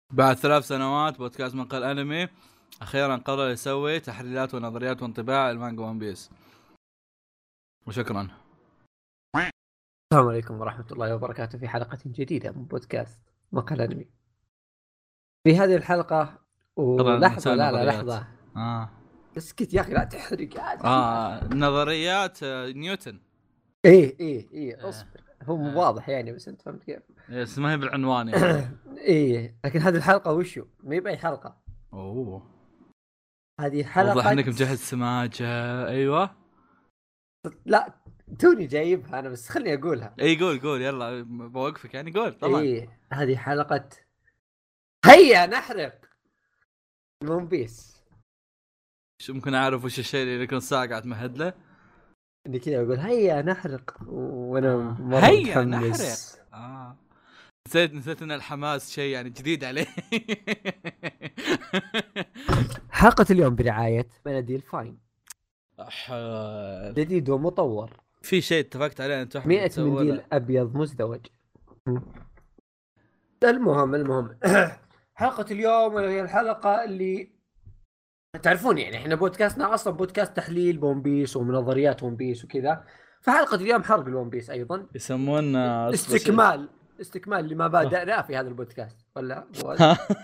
بعد 3 سنوات بودكاست مقال أنمي أخيرا قرر يسوي تحليلات ونظريات وانطباع المانجا ون بيس. وشكرا. السلام عليكم ورحمة الله وبركاته في حلقة جديدة من بودكاست مقال أنمي. في هذه الحلقة ولحظة لحظة اسكت يا أخي لا تحرق نظريات نيوتن. إيه أصبر هو واضح يعني بس أنت فهمت كيف. اسمها بالعنوان يعني. إيه لكن هذه الحلقة وشو ما هي بأي حلقة. هذه حلقة واضح انك مجهز سماجة. ايوه لا توني جايبها أنا بس خلني أقولها. اي قول يلا بوقفك يعني قول طبعا. إيه هذه حلقة هيا نحرق ون بيس. شو ممكن اعرف وش الشيء اللي يكون ساعة قاعد تمهد له؟ اني كذا اقول هيا نحرق وانا مرة هيا متحمس. نحرق. نسيت ان الحماس شيء يعني جديد عليه. حلقة اليوم برعاية مناديل فاين حال. جديد ومطور. في شيء اتفقت عليه انت واحمد 100 منديل ابيض مزدوج. المهم حلقة اليوم هي الحلقة اللي تعرفون يعني احنا بودكاستنا اصلا بودكاست تحليل ون بيس ونظريات ون بيس وكذا. فحلقة اليوم حرق الون بيس ايضا يسمونه استكمال لما بدأنا في هذا البودكاست ولا فواز؟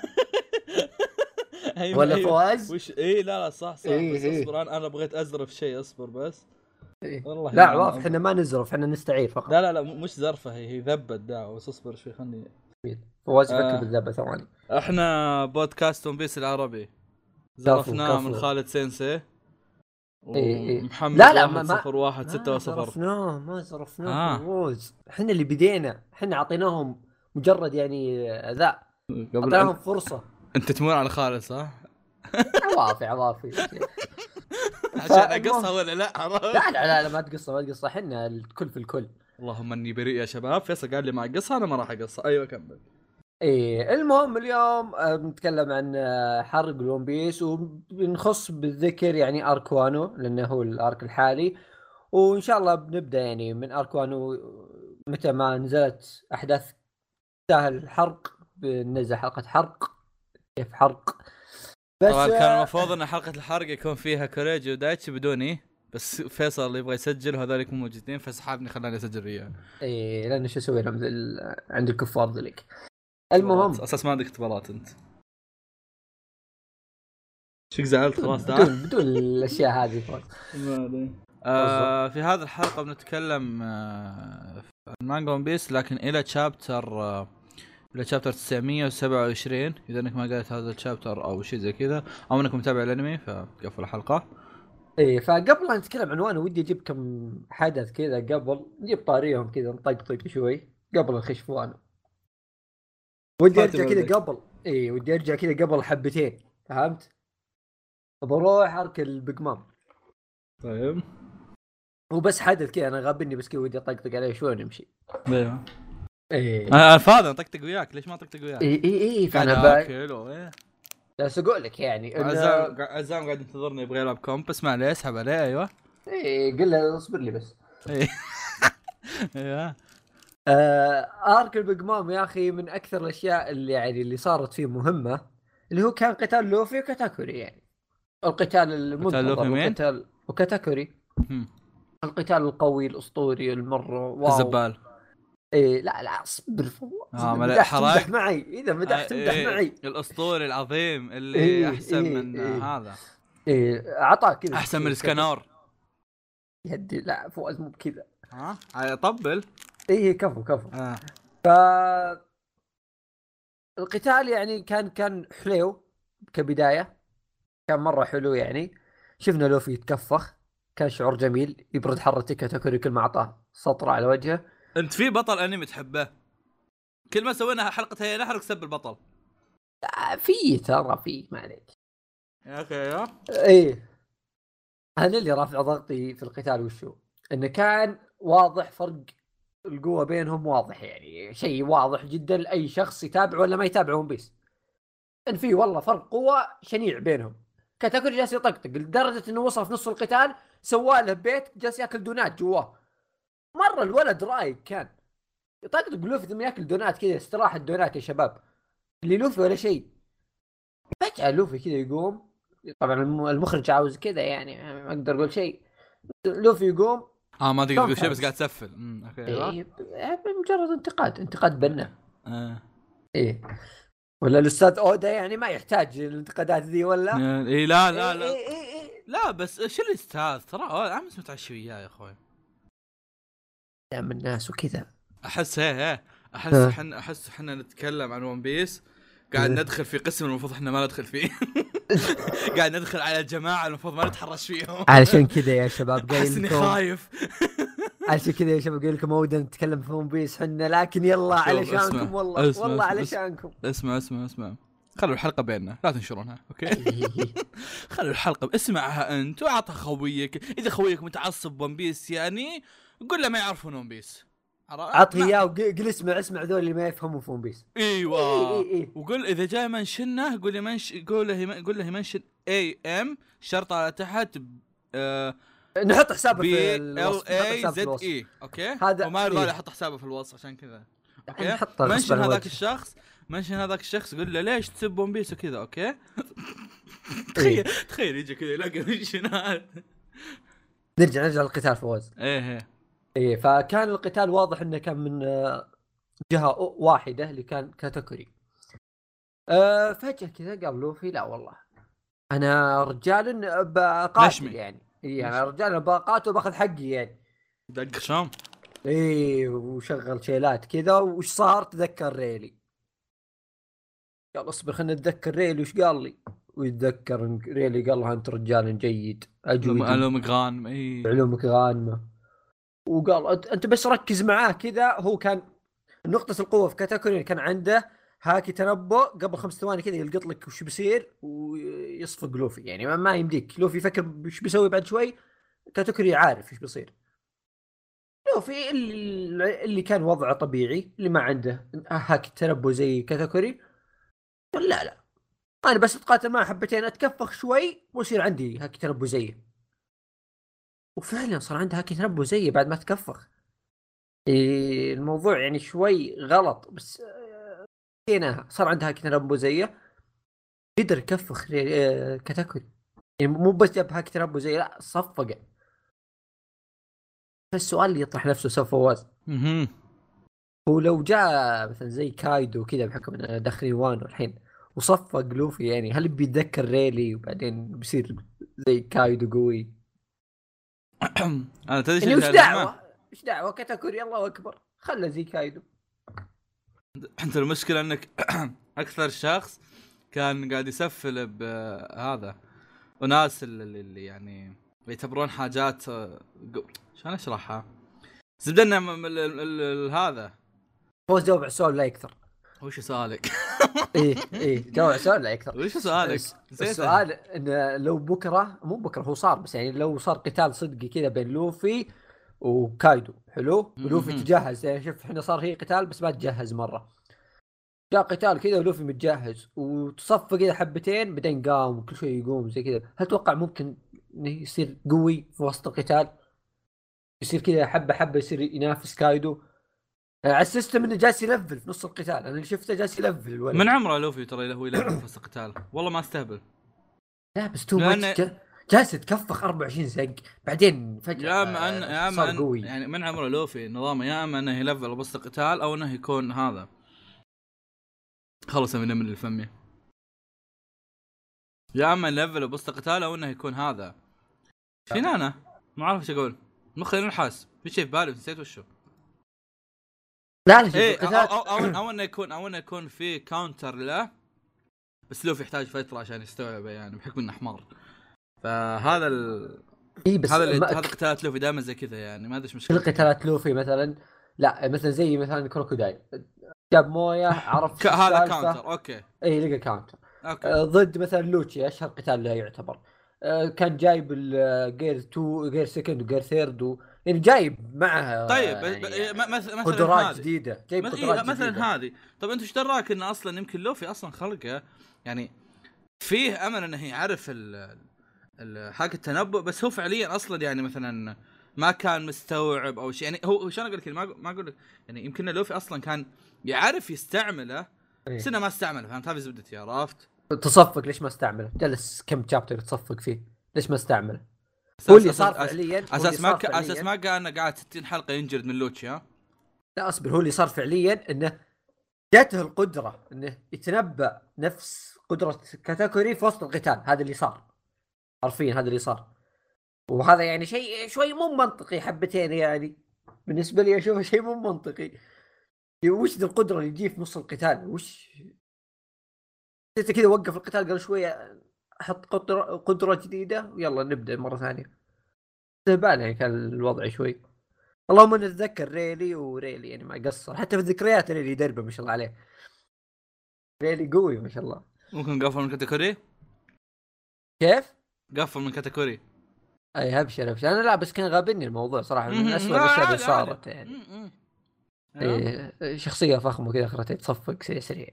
ولا فواز وش لا صح إيه بس اصبر انا بغيت ازرف شيء اصبر بس. والله لا عواف احنا ما نزرف احنا نستعير فقط. لا مش زرفه هي ذبه دعوه بس اصبر شوي خلني. فواز يفكر بالذبه ثواني. احنا بودكاست ون بيس العربي زرفناه من خالد سينسي ومحمد لا 101 ما زرفناه فوز. احنا اللي بدينا احنا اعطيناهم مجرد يعني ذا اعطيناهم فرصه. انت تمر على خالد صح؟ عوافي عشان اقصها ولا لا ما تقصها احنا الكل في الكل. اللهم اني بريء يا شباب. فيصل قال لي ما اقصها انا ما راح اقصها. ايوه كمل. ايه المهم اليوم بنتكلم عن حرق الون بيس وبنخص بالذكر يعني اركوانو لانه هو الارك الحالي. وان شاء الله بنبدا يعني من اركوانو متى ما نزلت احداث تستاهل الحرق بننزل حلقه حرق كيف حرق. بس طبعا كان المفروض ان حلقه الحرق يكون فيها كوريجي ودايتشي بدوني بس فيصل اللي يبغى يسجل وهذول مو موجودين فسحبني خلاني اسجل وياه. ايه لانه شو اسوي لهم عند الكفار ذلك. المهم اساس ما عندك اختبارات انت شو زعلت خلاص بدون الاشياء هذه فوز. في هذه الحلقه بنتكلم عن مانجا ون بيس لكن الى تشابتر 927 اذا انك ما قرأت هذا الشابتر او شيء زي كذا او انك متابع الانمي فقفل الحلقه. ايه فقبل لا نتكلم عنوانه ودي اجيب كم حدث كذا قبل نجيب طاريهم كذا نطقطق شوي قبل نخش فوانه. ودي ارجع كذا قبل ودي ارجع كذا قبل حبتين فهمت؟ بروح اركل البقمام. طيب وبس حدث كذا انا غابني بس كذا ودي اطقطق عليه شوي ونمشي. ايوه ايه فاضي اطقطق وياك ليش ما اطقطق وياك؟ ايه فانا باكل بس اقول لك يعني عزام قاعد ينتظرني يبغى يلعب كومب بس ما عليه اسحب عليه. ايوه قل له اصبر لي بس. ايوه ارك البقمام يا اخي من اكثر الاشياء اللي يعني اللي صارت فيه مهمه اللي هو كان قتال لوفي وكاتاكوري يعني القتال المنتظر وكاتاكوري القتال القوي الاسطوري المره واو الزبال. لا اصبر تمدح معي اذا مدحت تمدح معي الاسطوري العظيم اللي احسن من هذا عطاك كذا احسن من الاسكانور يدي. لا فوز مو بكذا طبل كفو ف القتال يعني كان حلو كبدايه كان مره حلو يعني شفنا لوفي يتكفخ كان شعور جميل يبرد حرتك كاتاكوري كل ما اعطاه سطر على وجهه. انت في بطل انمي تحبه كل ما سوينا حلقه هي نحرق سب البطل في ترى في ما عليك يا اخي ايه انا اللي رافع ضغطي في القتال وشو انه كان واضح فرق القوه بينهم واضح يعني شيء واضح جدا لاي شخص يتابع ولا ما يتابع ون بيس ان في والله فرق قوه شنيع بينهم. كاتاكوري جالس يطقطق لدرجه انه وصل في نص القتال سواله بيت جالس ياكل دونات جواه مره الولد رايق كان يطقطق لوفي ثم ياكل دونات كذا استراحه دونات يا شباب اللي لوفي ولا شيء. فجأة لوفي كذا يقوم، طبعا المخرج عاوز كذا يعني ما اقدر اقول شيء. لوفي يقوم ما تقدر تقول شيء بس قاعد تسفل. اوكي إيه مجرد انتقاد بناء. آه. ايه ولا الاستاذ اودا يعني ما يحتاج الانتقادات ذي ولا اي لا لا لا إيه. لا بس ايش الاستاذ ترى امس متعشى وياه يا اخوي. دام الناس وكذا احس احس احنا نتكلم عن ون بيس قاعد ندخل في قسم المفروض احنا ما ندخل فيه. قاعد ندخل على الجماعه المفروض ما نتحرش فيهم. علشان كذا يا شباب قايل لكم خايف. علشان كذا يا شباب قايل لكم اودا نتكلم في ون بيس حنا، لكن يلا علشانكم والله علشانكم. اسمع خلوا الحلقه بيننا لا تنشرونها اوكي. خلوا الحلقه اسمعها انت واعطها خويك. اذا خويك متعصب ون بيس يعني قول له ما يعرفون ون بيس. عطيه اياه وقل اسمع ذول اللي ما يفهموا في ون بيس. ايوه إيه. وقول اذا جاي منشنه قول لي قول له منشن اي ام شرطه على تحت نحط حسابه في الوصف LAZE اوكي هذا وما يرضى يحط حسابه في الوصف عشان كذا اوكي. منشن هذاك الشخص قول له ليش تسب ون بيس وكذا اوكي. تخيل يجي كذا يلاقي منشنات. نرجع للقتال فواز. ايه فكان القتال واضح انه كان من جهة واحدة اللي كان كاتاكوري. فجأة كذا قال لوفي لا والله انا رجال بقاتل يعني انا رجال بقاتل وباخذ حقي يعني. دق شام وشغل شيلات كذا. وش صار؟ تذكر ريلي. قال اصبر خلنا نتذكر ريلي وش قال لي. ويتذكر ريلي قال له انت رجال جيد علومك غانمة وقال انت بس ركز معاه كذا. هو كان نقطة القوة في كاتاكوري كان عنده هاكي تنبؤ قبل 5 ثواني كذا يلقط لك وش بيصير ويصفق لوفي يعني ما يمديك. لوفي يفكر وش بيسوي بعد شوي كاتاكوري عارف وش بيصير. لوفي اللي كان وضعه طبيعي اللي ما عنده هاكي تنبؤ زي كاتاكوري لا انا بس اتقاتل معه حبتين اتكفخ شوي ويصير عندي هاكي تنبؤ زيه. وفعلا صار عنده هاكي تنبؤ زيه بعد ما تكفخ. الموضوع يعني شوي غلط بس هنا صار عندها كتنبؤ زيه قدر يكفخ كاتاكوري يعني مو بس جاب هاك تنبؤ زيه لا صفقه. فالسؤال اللي يطرح نفسه سوف فواز هو لو جاء مثلا زي كايدو كذا بحكم انه داخلين وانو الحين وصفق لوفي يعني هل بيتذكر ريلي وبعدين بيصير زي كايدو قوي؟ انا تدري يعني وش دعوه كاتاكوري الله اكبر خله زي كايدو. انت المشكله انك اكثر شخص كان قاعد يسفل بهذا وناس اللي يعني يعتبرون حاجات شلون اشرحها زبدنا هذا فوز جاوب على السؤال لا يكثر. وش سؤالك؟ ايه جاوب على السؤال لا يكثر. وش سؤالك؟ السؤال ان لو بكره مو بكره هو صار بس يعني لو صار قتال صدقي كذا بين لوفي وكايدو حلو ولوفي تجهز يعني شوف احنا صار هي قتال بس ما تجهز مره جاء قتال كذا ولوفي متجهز وتصفق كذا حبتين بعدين قام وكل شيء يقوم زي كذا. هل تتوقع ممكن يصير قوي في وسط القتال يصير كذا حبه يصير ينافس كايدو على السيستم انه جالس يلفل في نص القتال. انا اللي شفته جالس يلفل الولد. من عمره لوفي ترى هو يلفل في نص القتال والله ما استهبل. لا بس تو جالس تكفخ 24 زق بعدين فجأة صار قوي. يعني من عمره لوفي نظامه يا اما انه يلفل وسط القتال او انه يكون هذا خلص من الفمي يا اما يلفل وسط القتال او انه يكون هذا فين انا ما اعرف ايش اقول مخي نحاس في شيء في بالي نسيت وشو. لا إيه او انه يكون في كاونتر له بس لوفي يحتاج فتره عشان يستوعبه يعني بحكم انه حمار. فهذا هذا قتالات لوفي دائما زي كذا يعني ما ادري ايش مشكله. قتالات لوفي مثلا لا مثلا زي مثلا كروكودايل جاب مويه عرف هذا كاونتر اوكي اي لقى كاونتر ضد مثلا لوتشي اشهر قتال له يعتبر كان جايب الجير 2 جير سكند وجير ثيرد يعني جايب معها طيب يعني مثلا قدرات جديده جايب قدرات مثلا جديدة. هذه طب انت ايش دراك ان اصلا يمكن لوفي اصلا خلقه يعني فيه امل انه يعرف حق التنبؤ بس هو فعليا اصلا يعني مثلا ما كان مستوعب او شيء يعني هو شلون اقول لك ما اقول لك يعني يمكن لوفي اصلا كان يعرف يستعمله بس انا ما استعمله، فهمت؟ هذه زبدتي، عرفت؟ تصفق ليش ما استعمله؟ جلس كم شابتر تصفق فيه، ليش ما استعمله؟ هو اساس اللي اساس صار فعليا، هو اللي اساس ما صار ك... اساس فعليا. ما قال انه قاعد 60 حلقه ينجرد من لوتشي، ها؟ لا اصبر، هو اللي صار فعليا انه جاته القدره انه يتنبأ نفس قدره كاتاكوري في وسط القتال. هذا اللي صار حرفيا، هذا اللي صار. وهذا يعني شيء شوي مو منطقي حبتين يعني. بالنسبه لي اشوفه شيء مو منطقي. وش ذي القدره اللي تجي في نص القتال؟ وش انت كذا وقف القتال قال شويه احط قدره جديده ويلا نبدا مره ثانيه. استهبال يعني كان الوضع شوي. اللهم نتذكر ريلي يعني ما قصر حتى في الذكريات. ريلي دربه ما شاء الله عليه، ريلي قوي ما شاء الله. ممكن قفل من كاتاكوري. كيف؟ قفل من كاتاكوري. اي ابشر ابشر. انا لا بس كان غابني الموضوع صراحه، من اسوء لا، الاشياء اللي عادي عادي. صارت يعني. أيوه. إيه شخصيه فخمه كذا اخرتها تصفق سريع.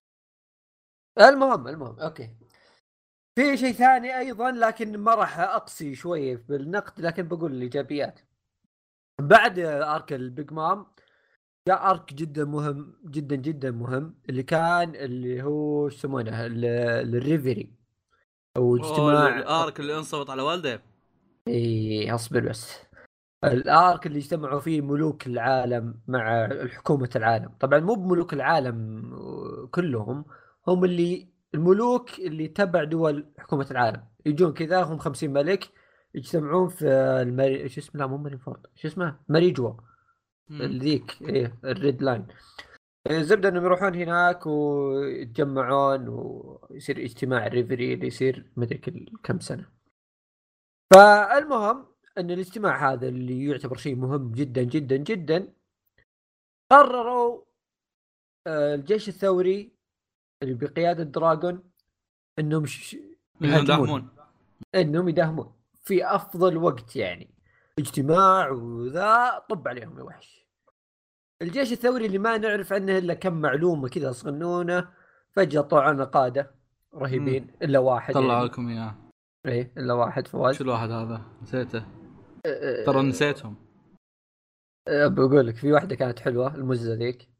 المهم اوكي. في شيء ثاني ايضا لكن ما راح اقصي شويه بالنقد، لكن بقول الايجابيات. بعد ارك البيج مام جاء ارك جدا مهم، جدا جدا مهم، اللي هو ايش يسمونه الريفري او اوه، اجتماع. الارك اللي انصبت على والده. اي اصبر بس. الارك اللي اجتمعوا فيه ملوك العالم مع حكومة العالم. طبعا مو بملوك العالم كلهم، هم اللي الملوك اللي تبع دول حكومة العالم يجون كذا. هم 50 ملك يجتمعون في شو اسمه، لا مو مارين فورد، شو اسمه، ماريجوا. ذيك ايه الريد لاين. الزبدة انهم يروحون هناك ويتجمعون ويصير اجتماع ريفري اللي يصير مدري كل كم سنة. فالمهم ان الاجتماع هذا اللي يعتبر شيء مهم جدا جدا جدا، قرروا الجيش الثوري اللي بقيادة دراغون انهم يهاجمون، انهم يداهمون في افضل وقت يعني. اجتماع وذا طب عليهم يا وحش. الجيش الثوري اللي ما نعرف عنه الا كم معلومة كذا صغنونة، فجأة طلعوا قادة رهيبين الا واحد طلع يعني. لكم اياه. ايه الا واحد شو فواز. الواحد هذا؟ نسيته. ترى أه نسيتهم. بقول لك في واحدة كانت حلوة، المزة ذيك.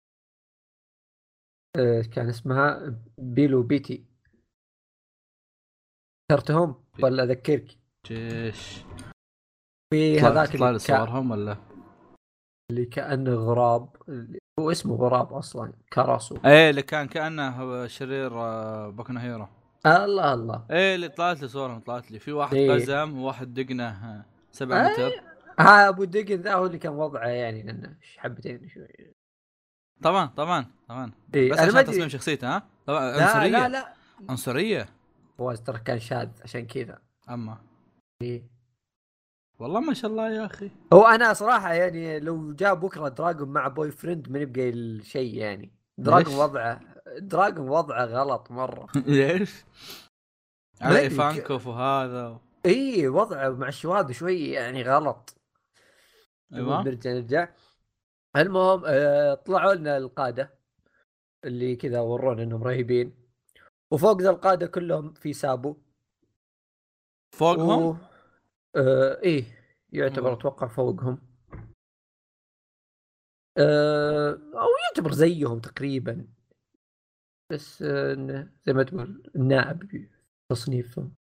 كان اسمها بيلو بيتي. ذكرتهم ولا اذكرك؟ جيش. في هذاك تطلع لي صورهم ولا؟ اللي كأنه غراب، هو اسمه غراب اصلا، كاراسو. ايه، اللي كان كانه هو شرير بوكو نو هيرو. الله الله. ايه، اللي طلعت لي صورهم، طلعت لي في واحد ايه قزم وواحد دقنه 7 متر. ها ابو دقن ذا هو اللي كان وضعه يعني لانه حبتين شوي. طبعا ايه بس انا ما عشان تصميم ادري. شخصيته، ها؟ طبعا لا لا عنصريه. لا عنصريه. فواز ترى كان شاذ عشان كذا. اما ايه والله ما شاء الله يا اخي. هو انا صراحه يعني لو جاء بكره دراجون مع بوي فريند من يبقى الشيء يعني. ليش؟ دراجون وضعه غلط مره. ليش؟ ما على ادري ايفانكوف وهذا. ايه وضعه مع الشواذ شوي يعني غلط. ايوه. نرجع. المهم طلعوا لنا القاده اللي كذا ورونا انهم رهيبين، وفوق ذا القاده كلهم في سابو. فوقهم. و ايه يعتبر اتوقع فوقهم. او يعتبر زيهم تقريبا، بس إنه زي ما تقول النائب في تصنيفهم.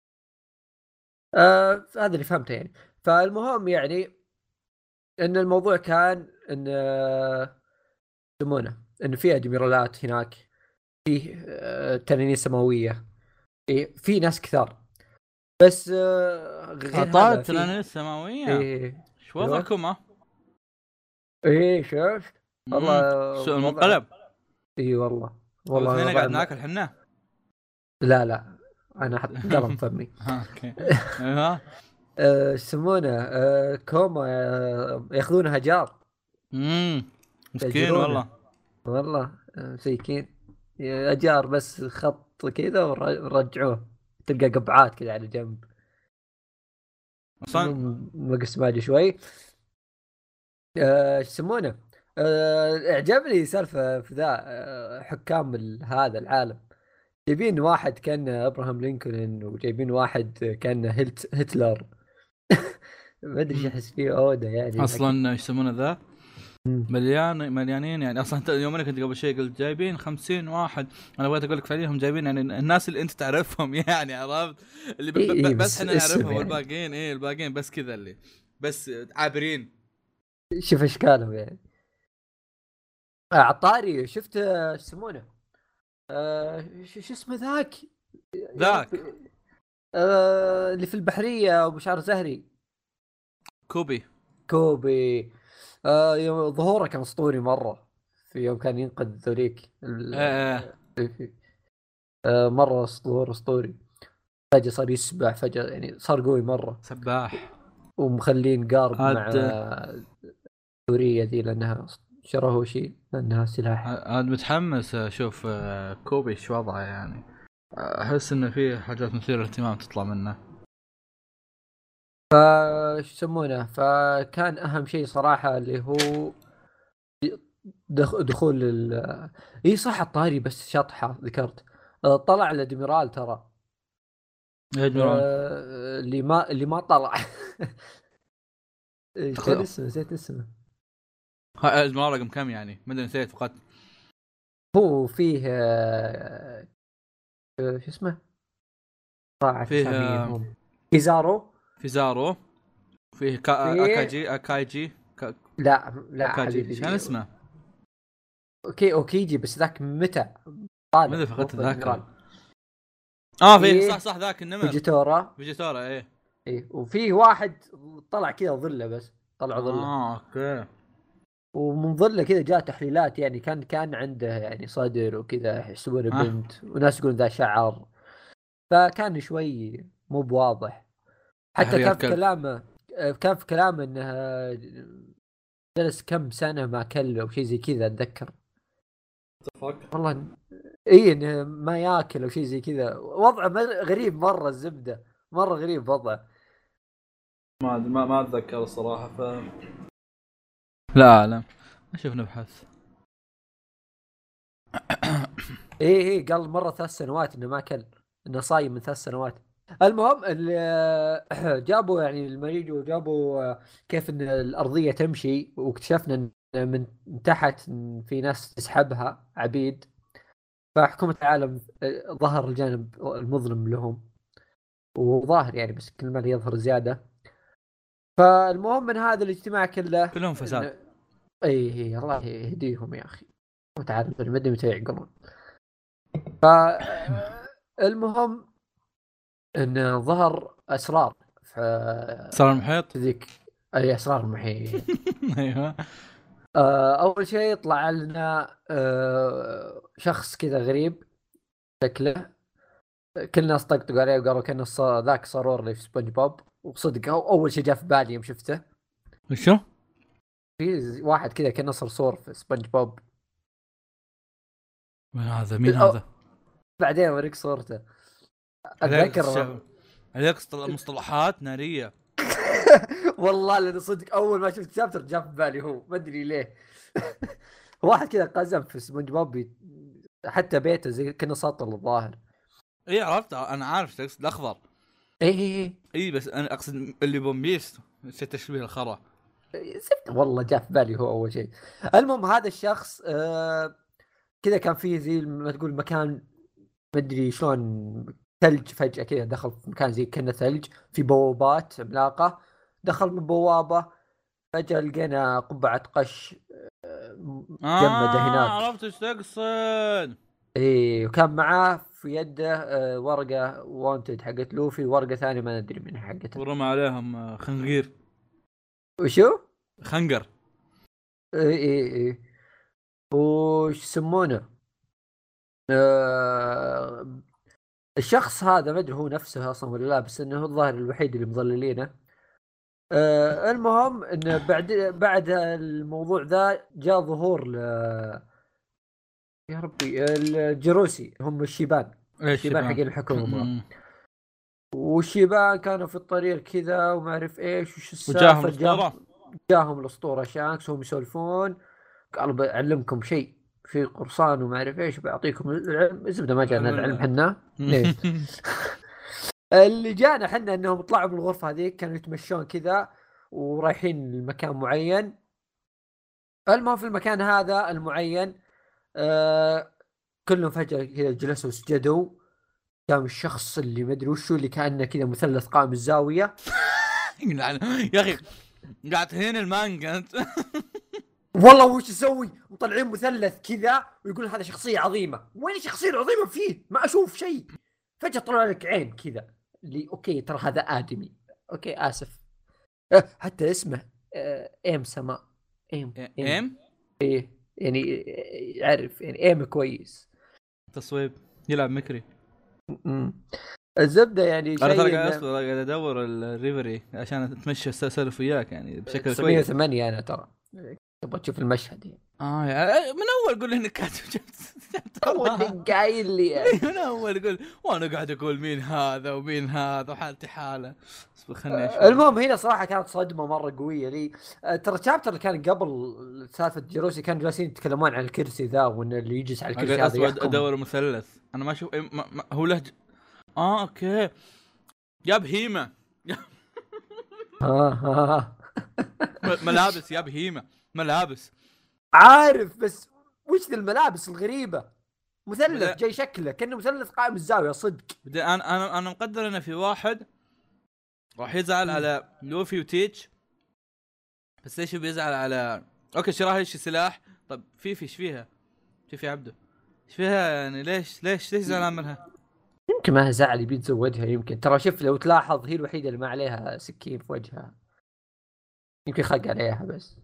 هذا اللي فهمته يعني. فالمهم يعني ان الموضوع كان ان يسمونه ان في ادميرالات هناك، في تنانين سماويه، إيه في ناس كثار. بس غير عطات هذا تنانين فيه. السماويه. ايه شو ايوه وضعكم؟ ايه شفت والله سوء وضع. المنقلب. اي والله ابو والله ثنينه وضع قاعد ناكل حنا. لا انا حط قلم فمي. اوكي. ايوه. يسمونه كوما ياخذونها جار. امم مسكين يأجرونه والله. والله مسيكين. اجار بس خط كذا ورجعوه. تلقى قبعات كذا على جنب. اصلا. مقص ماجي شوي. ايش يسمونه. اعجبني سالفه في ذا حكام هذا العالم. جايبين واحد كان ابراهام لينكولن، وجايبين واحد كان هتلر. ما ادري ايش مم. احس فيه اودا يعني لكن اصلا ايش يسمونه ذا؟ مليانين يعني. اصلا انت يوم انا كنت قبل شيء قلت جايبين 50 واحد، انا بغيت اقول لك فعليا هم جايبين يعني الناس اللي انت تعرفهم يعني، عرفت اللي اي بس بس احنا اسم نعرفهم، يعني. والباقيين الباقيين بس كذا اللي بس عابرين. شوف اشكالهم يعني. عطاري شفت ايش يسمونه؟ شو اسمه ذاك؟ يا ذاك ربي. اللي في البحرية ابو شعر زهري. كوبي. كوبي. ظهوره كان اسطوري مرة في يوم كان ينقذ ذوليك ايه مرة اسطوري. فجأة صار يسبح فجأة، يعني صار قوي مرة. سباح. ومخلين قارب مع عاد سوريا ذي لانها شروه شيء لانها سلاح. عاد متحمس اشوف كوبي ايش وضعه يعني. احس انه في حاجات مثيرة للاهتمام تطلع منه. ايش يسمونه؟ فكان اهم شيء صراحة اللي هو دخول اي صح الطاري، بس شطحة ذكرت. طلع الادميرال ترى. يا جماعة اللي ما طلع. كان اسمه نسيت اسمه. المرة رقم كم يعني؟ ما ادري نسيت فقط. هو فيه شو اسمه؟ ضاعت فيه اساميهم. كيزارو. في زارو، فيه فيه اكايجي لا اوكاجي ايش كان حبيبي. اسمه؟ اوكيجي بس ذاك متى ما ادري طالع مو فقدت الذاكرة. ادميرال. فيه فيه صح ذاك النمر فيجيتورا. فيجيتورا ايه. ايه وفيه واحد طلع كذا ظله، بس طلع ظله. اوكي. ومن ظله كذا جاء تحليلات، يعني كان عنده يعني صدر وكذا يحسبونه ها بنت، وناس يقولون ذا شعر. فكان شوي مو بواضح. حتى تحرير كلب. كان في كلامه انه جلس كم سنة ما كل او شيء زي كذا اتذكر. والله اي انه ما ياكل او شيء زي كذا. وضعه غريب مرة الزبدة. مرة غريب وضعه. ما اتذكر الصراحه لا لا، نشوف نبحث. ايه قال مرة 3 سنوات انه ما كل، انه صايم من 3 سنوات. المهم اللي جابوا يعني المريض، وجابوا كيف ان الارضية تمشي، واكتشفنا ان من تحت إن في ناس تسحبها عبيد. فحكومة العالم ظهر الجانب المظلم لهم، وظاهر يعني بس كل ما يظهر زيادة. فالمهم من هذا الاجتماع كله كلهم فساد. اي الله يهديهم يا اخي. متعرف ما ادري متى يعقلون. فالمهم ان ظهر اسرار صار المحيط. في ذيك. اي اسرار المحيط. ايوه. اول شيء طلع لنا شخص كذا غريب شكله. كل الناس طقطقوا عليه وقالوا كانه ذاك صارور اللي في سبونج بوب. وصدق اول شيء جاء في بالي يوم شفته. وشو؟ في واحد كذا كانه صرصور في سبونج بوب. مين هذا؟ مين أو هذا؟ بعدين اوريك صورته. عليك اتذكر. عليك مصطلحات ناريه. والله لانه صدق اول ما شفت شابتر جاء في بالي هو، ما ادري ليه. واحد كذا قزم في سبونج بوب حتى بيته زي كانه سطل الظاهر. اي عرفت، انا عارف تقصد الاخضر. اي اي بس انا اقصد اللي بومبيست، نسيت تشبيه الخرا. والله جاء في بالي هو اول شيء. المهم هذا الشخص كذا كان فيه زي ما تقول مكان، ما ادري شلون، ثلج فجأة كذا دخل في مكان زي كأنه ثلج في بوابات عملاقة. دخل من بوابة، فجأة لقينا قبعة قش مجمدة هناك. عرفت ايش تقصد. ايه وكان معاه في يده ورقة وانتد حقت لوفي، ورقة ثانية ما ندري منها حقتها. ورمى عليهم خنغير. وشو؟ خنقر. ايه وش يسمونه؟ آه الشخص هذا ما ادري هو نفسه اصلا ولا لا، بس انه هو الظاهر الوحيد اللي مظللينه. المهم انه بعد الموضوع ذا جاء ظهور يا ربي الجروسي، هم الشيبان. ايش الشيبان شباب؟ حقين الحكومة. والشيبان كانوا في الطريق كذا وما اعرف ايش وش وجاهم السالفة. الاسطوره. جاهم الاسطورة شانكس وهم يسولفون. قالوا بعلمكم شيء في قرصان وما اعرف ايش، بعطيكم العلم. الزبده ما جانا العلم حنا. ليه؟ اللي جانا حنا انهم طلعوا من الغرفه هذيك، كانوا يتمشون كذا ورايحين لمكان معين. المهم في المكان هذا المعين كلهم فجأة كذا جلسوا سجدوا. قام الشخص اللي مدري وشو اللي كأنه كذا مثلث قائم الزاوية. يا اخي قاعد تهين المانجا انت. والله وش يسوي؟ مطلعين مثلث كذا ويقول هذا شخصية عظيمة. وين الشخصية العظيمة فيه؟ ما أشوف شيء. فجأة طلع لك عين كذا اللي أوكي ترى هذا آدمي. أوكي آسف. حتى اسمه إيم سماء. ايم إيه يعني يعرف يعني إيم كويس. تصويب يلعب مكري. الزبدة يعني انا شيء ترى قاعد اصبر قاعد ادور الريفري عشان اتمشى اسولف وياك يعني بشكل كويس. 908 انا ترى تبغى تشوف المشهد يعني. من اول قول لي انك كاتب اول قايل لي يعني. من اول قول وانا قاعد اقول مين هذا ومين هذا وحالتي حاله. خلني اشوف. المهم هنا صراحه كانت صدمه مره قويه لي. ترى الشابتر اللي كان قبل سالفه جيروسي كانوا جالسين يتكلمون عن الكرسي ذا وان اللي يجلس على الكرسي هذا يحكم. ادور مثلث انا ما اشوف هو له اوكي يا بهيمه. ملابس يا بهيمه ملابس. عارف بس وش ذي الملابس الغريبه؟ مثلث جاي شكله كأنه مثلث قائم الزاويه صدق. انا مقدر انه في واحد راح يزعل على لوفي وتيتش بس ليش بيزعل على اوكي شراها ايش سلاح. طب في ايش فيها في عبده ايش فيها يعني ليش زعلان منها؟ يمكن ما زعل يبي يتزوجها يمكن. ترى شوف لو تلاحظ هي الوحيده اللي ما عليها سكين في وجهها. يمكن خلق عليها بس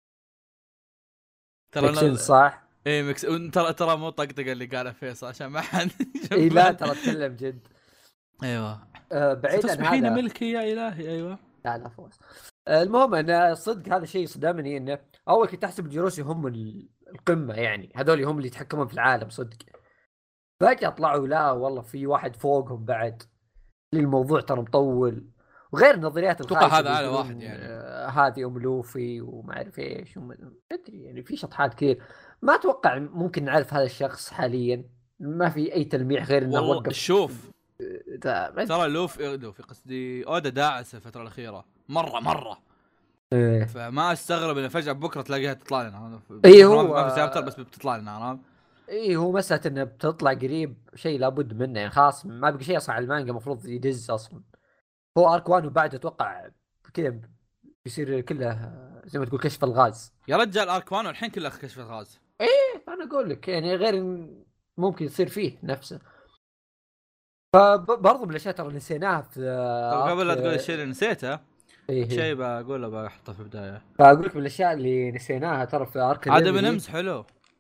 ترى صح. ايه مكس ترى مو طقطقه اللي قاله فيصل عشان ما حد. اي لا ترى اتكلم جد. ايوه بعيد عن تصبحين هذا ملكي يا الهي. ايوه لا فوز. المهم انا صدق هذا الشيء صدمني انه اول كنت احسب الجروسي هم القمه يعني هذول هم اللي يتحكمون في العالم صدق. فجاه طلعوا لا والله في واحد فوقهم بعد. الموضوع ترى مطول وغير النظريات اتوقع هذا اعلى واحد يعني. هذه لوفي وما اعرف ايش ادري يعني في شطحات كثير. ما اتوقع ممكن نعرف هذا الشخص حاليا. ما في اي تلميح غير انه وقف. شوف ترى لوفي قصدي اودا داعس الفتره الاخيره مره إيه. فما استغرب ان فجاه بكره تلاقيها تطلع لنا. اي هو ما في شابتر بس بتطلع لنا عرفت. اي هو مسألة انه بتطلع قريب شيء لابد منه يعني خلاص ما بقى شيء اصلا على المانجا المفروض يدز اصلا. هو ارك 1 وبعد اتوقع كذا بيصير كله زي ما تقول كشف الغاز. يا رجال ارك 1 والحين كله كشف الغاز. ايه انا اقول لك يعني غير ممكن يصير فيه نفسه. فبرضه من الاشياء ترى نسيناها في طب قبل لا تقول الشيء اللي نسيته إيه. شيء بقوله بحطه في البدايه. فاقول لك من الاشياء اللي نسيناها ترى في ارك عاد بنمس حلو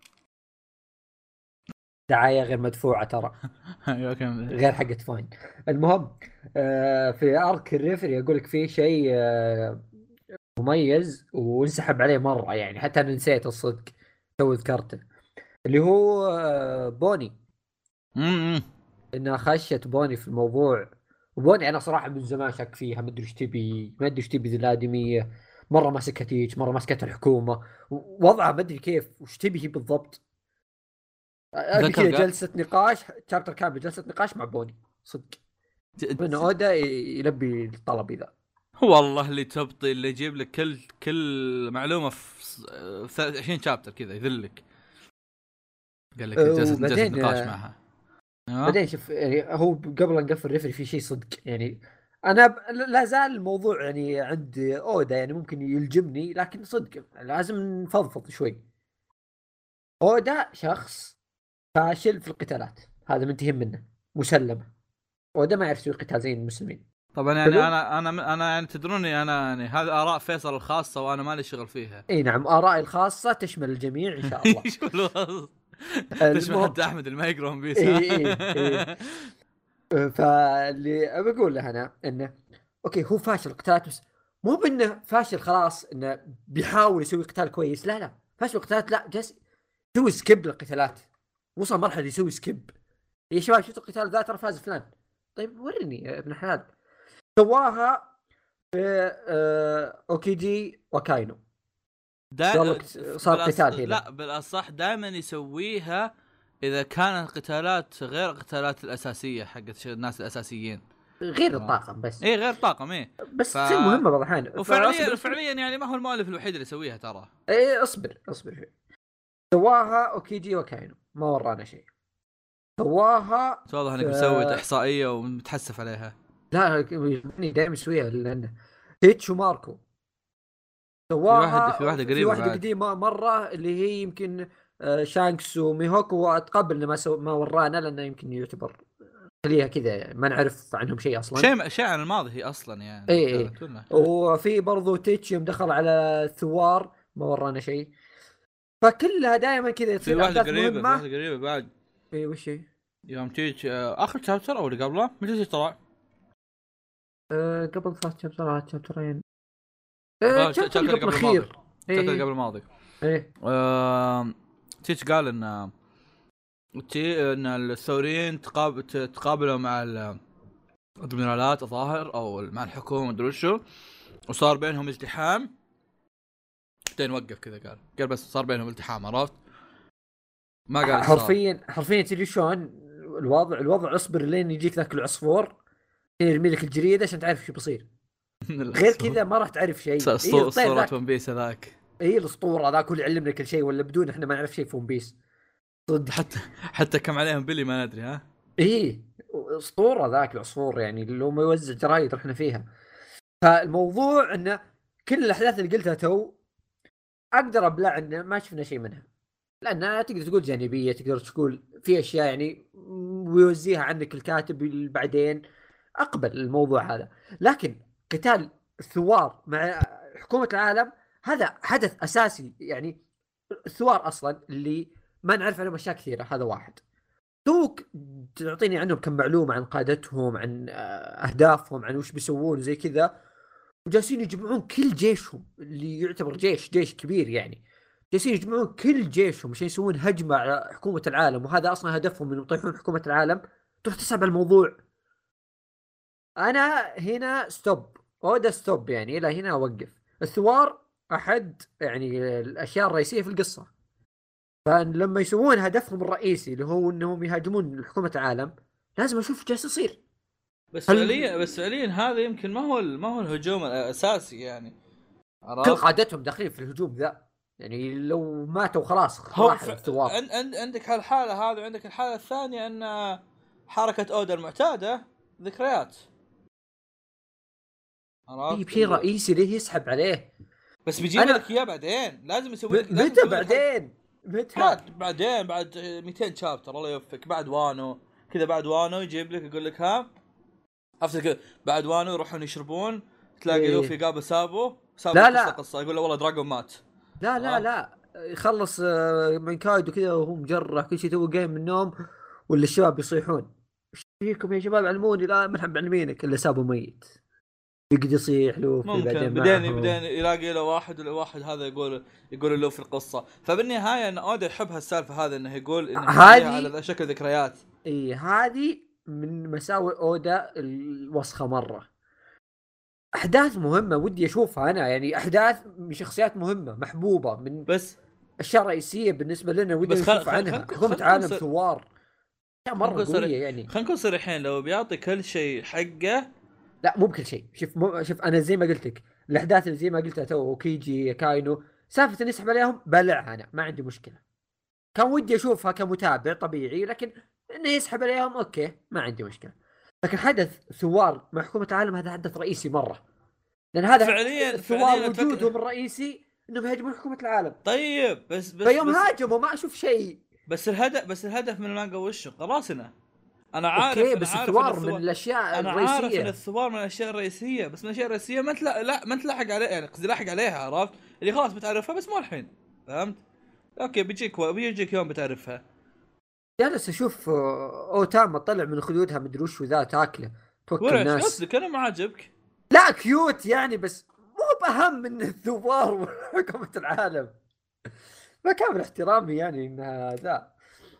دعايه غير مدفوعه ترى. غير حقت فاين. المهم في ارك الريفري اقول لك فيه شيء مميز وانسحب عليه مره يعني حتى انا نسيت الصدق تو ذكرته اللي هو بوني. انها خشت بوني في الموضوع. وبوني انا صراحه من زمان شك فيها ما ادري ايش تبي ذي الادميه. مره ماسكها تيج مره ماسكتها الحكومه وضعها ما ادري كيف وش تبي هي بالضبط. كذا جلسه نقاش شابتر كامل جلسه نقاش مع بوني صدق. من اودا يلبي الطلب ذا. والله اللي تبطي اللي يجيب لك كل معلومه في 20 شابتر كذا يذلك. قال لك جلسه نقاش معها. بعدين شوف يعني هو قبل ان نقفل الريفري في شيء صدق يعني. انا لا زال الموضوع يعني عند اودا يعني ممكن يلجمني لكن صدق لازم نفضفض شوي. اودا شخص فاشل في القتالات هذا منتهي منه مسلمه. اودا ما يعرف يسوي قتال زي المسلمين. طبعا يعني انا يعني تدروني انا يعني هذه اراء فيصل الخاصه وانا مالي شغل فيها. اي نعم ارائي الخاصه تشمل الجميع ان شاء الله. تشمل حتى احمد المايكروفون بيس. إيه. فاللي بقول له انا انه اوكي هو فاشل قتالات بس مو بانه فاشل خلاص انه بيحاول يسوي قتال كويس. لا فاشل قتالات لا جالس يسوي سكيب للقتالات. وصل مرحله يسوي سكيب. يا شباب شفتوا القتال ذا ترى فاز فلان. طيب ورني يا ابن الحلال. سواها في اوكيجي وكاينو صار قتال هنا. لا بالاصح دائما يسويها اذا كانت قتالات غير قتالات الاساسيه حقت الناس الاساسيين. غير الطاقم بس. ايه غير طاقم ايه. بس تصير مهمه بعض الاحيان. وفعليا يعني ما هو المؤلف الوحيد اللي يسويها ترى. ايه اصبر شوي. سواها اوكيجي وكاينو، ما ورانا شيء. سواها واضح انك مسوي احصائيه ومتحسف عليها. لا دائما يسويها لانه تيتش وماركو سواها. في واحده قريبه، في واحده قديمه مره اللي هي يمكن شانكس وميهوكو، واتقبل انه ما ورانا لانه يمكن يعتبر خليها كذا ما نعرف عنهم شيء اصلا، شيء عن الماضي هي اصلا يعني. اي وفي برضو تيتش يوم دخل على الثوار ما ورانا شيء. فكلها دائما كذا تصير احداث مهمه. في واحده قريبه بعد. اي وش هي؟ يوم تيتش اخر شابتر او اللي قبله متى طلع؟ قبل 3 شابترين. شابتر قبل الاخير. شابتر قبل الماضي. ايه تيتش قال ان الثوريين تقابلوا مع الادميرالات الظاهر او مع الحكومه مدري وشو، وصار بينهم التحام. بعدين وقف كذا قال بس صار بينهم التحام، عرفت؟ ما قال حرفيا تدري شلون الوضع اصبر لين يجيك ذاك العصفور يرمي لك الجريده عشان تعرف شو بيصير. غير كذا ما راح تعرف شيء. اسطوره ون بيس هذاك. اي الاسطوره ذاك اللي يعلمنا كل شيء، ولا بدون احنا ما نعرف شيء في ون بيس صدق. حتى كم عليهم بيلي ما ندري. ها ايه اسطوره ذاك العصفور يعني، لو ما يوزع جرايد رحنا فيها. فالموضوع انه كل الاحداث اللي قلتها تو اقدر ابلع انه ما شفنا شيء منها، لانها تقدر تقول جانبيه، تقدر تقول في اشياء يعني ويوزيها عنك الكاتب بعدين. اقبل الموضوع هذا، لكن قتال الثوار مع حكومه العالم هذا حدث اساسي يعني. الثوار اصلا اللي ما نعرف عنهم اشياء كثيره، هذا واحد. توك تعطيني عنهم كم معلومه عن قادتهم، عن اهدافهم، عن وش بيسوون زي كذا. وجالسين يجمعون كل جيشهم اللي يعتبر جيش كبير يعني. جالسين يجمعون كل جيشهم عشان يسوون هجمه على حكومه العالم، وهذا اصلا هدفهم انهم يطيحون حكومه العالم. تروح تسحب الموضوع. انا هنا ستوب اودا ستوب يعني، الى هنا اوقف. الثوار احد يعني الاشياء الرئيسيه في القصه، فلما يسوون هدفهم الرئيسي اللي هو انهم يهاجمون حكومه العالم لازم اشوف ايش جالس يصير. بس فعليا هذا يمكن ما هو الهجوم الاساسي يعني. كل قادتهم داخلين في الهجوم ذا يعني، لو ماتوا خلاص راح الثوار. عندك هالحاله هذه، وعندك الحاله الثانيه ان حركه اودا المعتاده ذكريات. في شيء رئيسي ليه يسحب عليه، بس بيجيب لك اياه بعدين. لازم يسوي لك متى بعدين؟ بعد 200 شابتر الله يوفقك. بعد وانو كذا، بعد وانو يجيب لك يقول لك ها عرفت كذا. بعد وانو يروحون يشربون، تلاقي لوفي قابل سابو لا قصة يقول له والله دراغون مات. لا يخلص من كايدو كذا وهو مجرح كل شيء، تو جاي من النوم ولا الشباب يصيحون ايش فيكم يا شباب علموني. لا ما نحب معلمينك الا سابو ميت. يقعد يصيح لوفي بعدين يلاقي له واحد هذا يقول له في القصة. فبالنهاية ان اودا يحب هالسالفة هذا، انه يقول انه على شكل ذكريات. اي هذه من مساوئ اودا الوسخة مرة. احداث مهمة ودي اشوفها انا يعني، احداث من شخصيات مهمة محبوبة من بس اشياء رئيسية بالنسبة لنا ودي نشوف عنها. حكومة عالم ثوار مرة قوية يعني. خلينا نكون صريحين، لو بيعطي كل شيء حقه. لا مو بكل شيء. شوف انا زي ما قلت لك الاحداث اللي زي ما قلتها تو كيجي كاينو سالفة اني اسحب عليهم بلعها انا ما عندي مشكلة. كان ودي اشوفها كمتابع طبيعي، لكن انه يسحب عليهم اوكي ما عندي مشكلة. لكن حدث ثوار مع حكومة العالم هذا حدث رئيسي مرة، لان هذا فعليا الثوار وجودهم الرئيسي انهم يهاجمون حكومة العالم. طيب بس فيوم هاجموا ما اشوف شيء. بس الهدف من المانجا وش قراصنة. انا عارف أوكي بس الثوار من الاشياء أنا الرئيسيه. عارف ان الثوار من الاشياء الرئيسيه، بس من الاشياء الرئيسيه ما انت لاحق عليها يعني، قصدي لاحق عليها عرفت اللي خلاص بتعرفها بس مو الحين. فهمت؟ اوكي بيجيك يوم بتعرفها. جالس اشوف اوتاما طلع من خدودها مدري وش ذا تاكله توكل الناس. قصدك انا ما عجبك؟ لا كيوت يعني بس مو باهم من الثوار وحكومه العالم. ما كامل احترامي يعني انها ذا.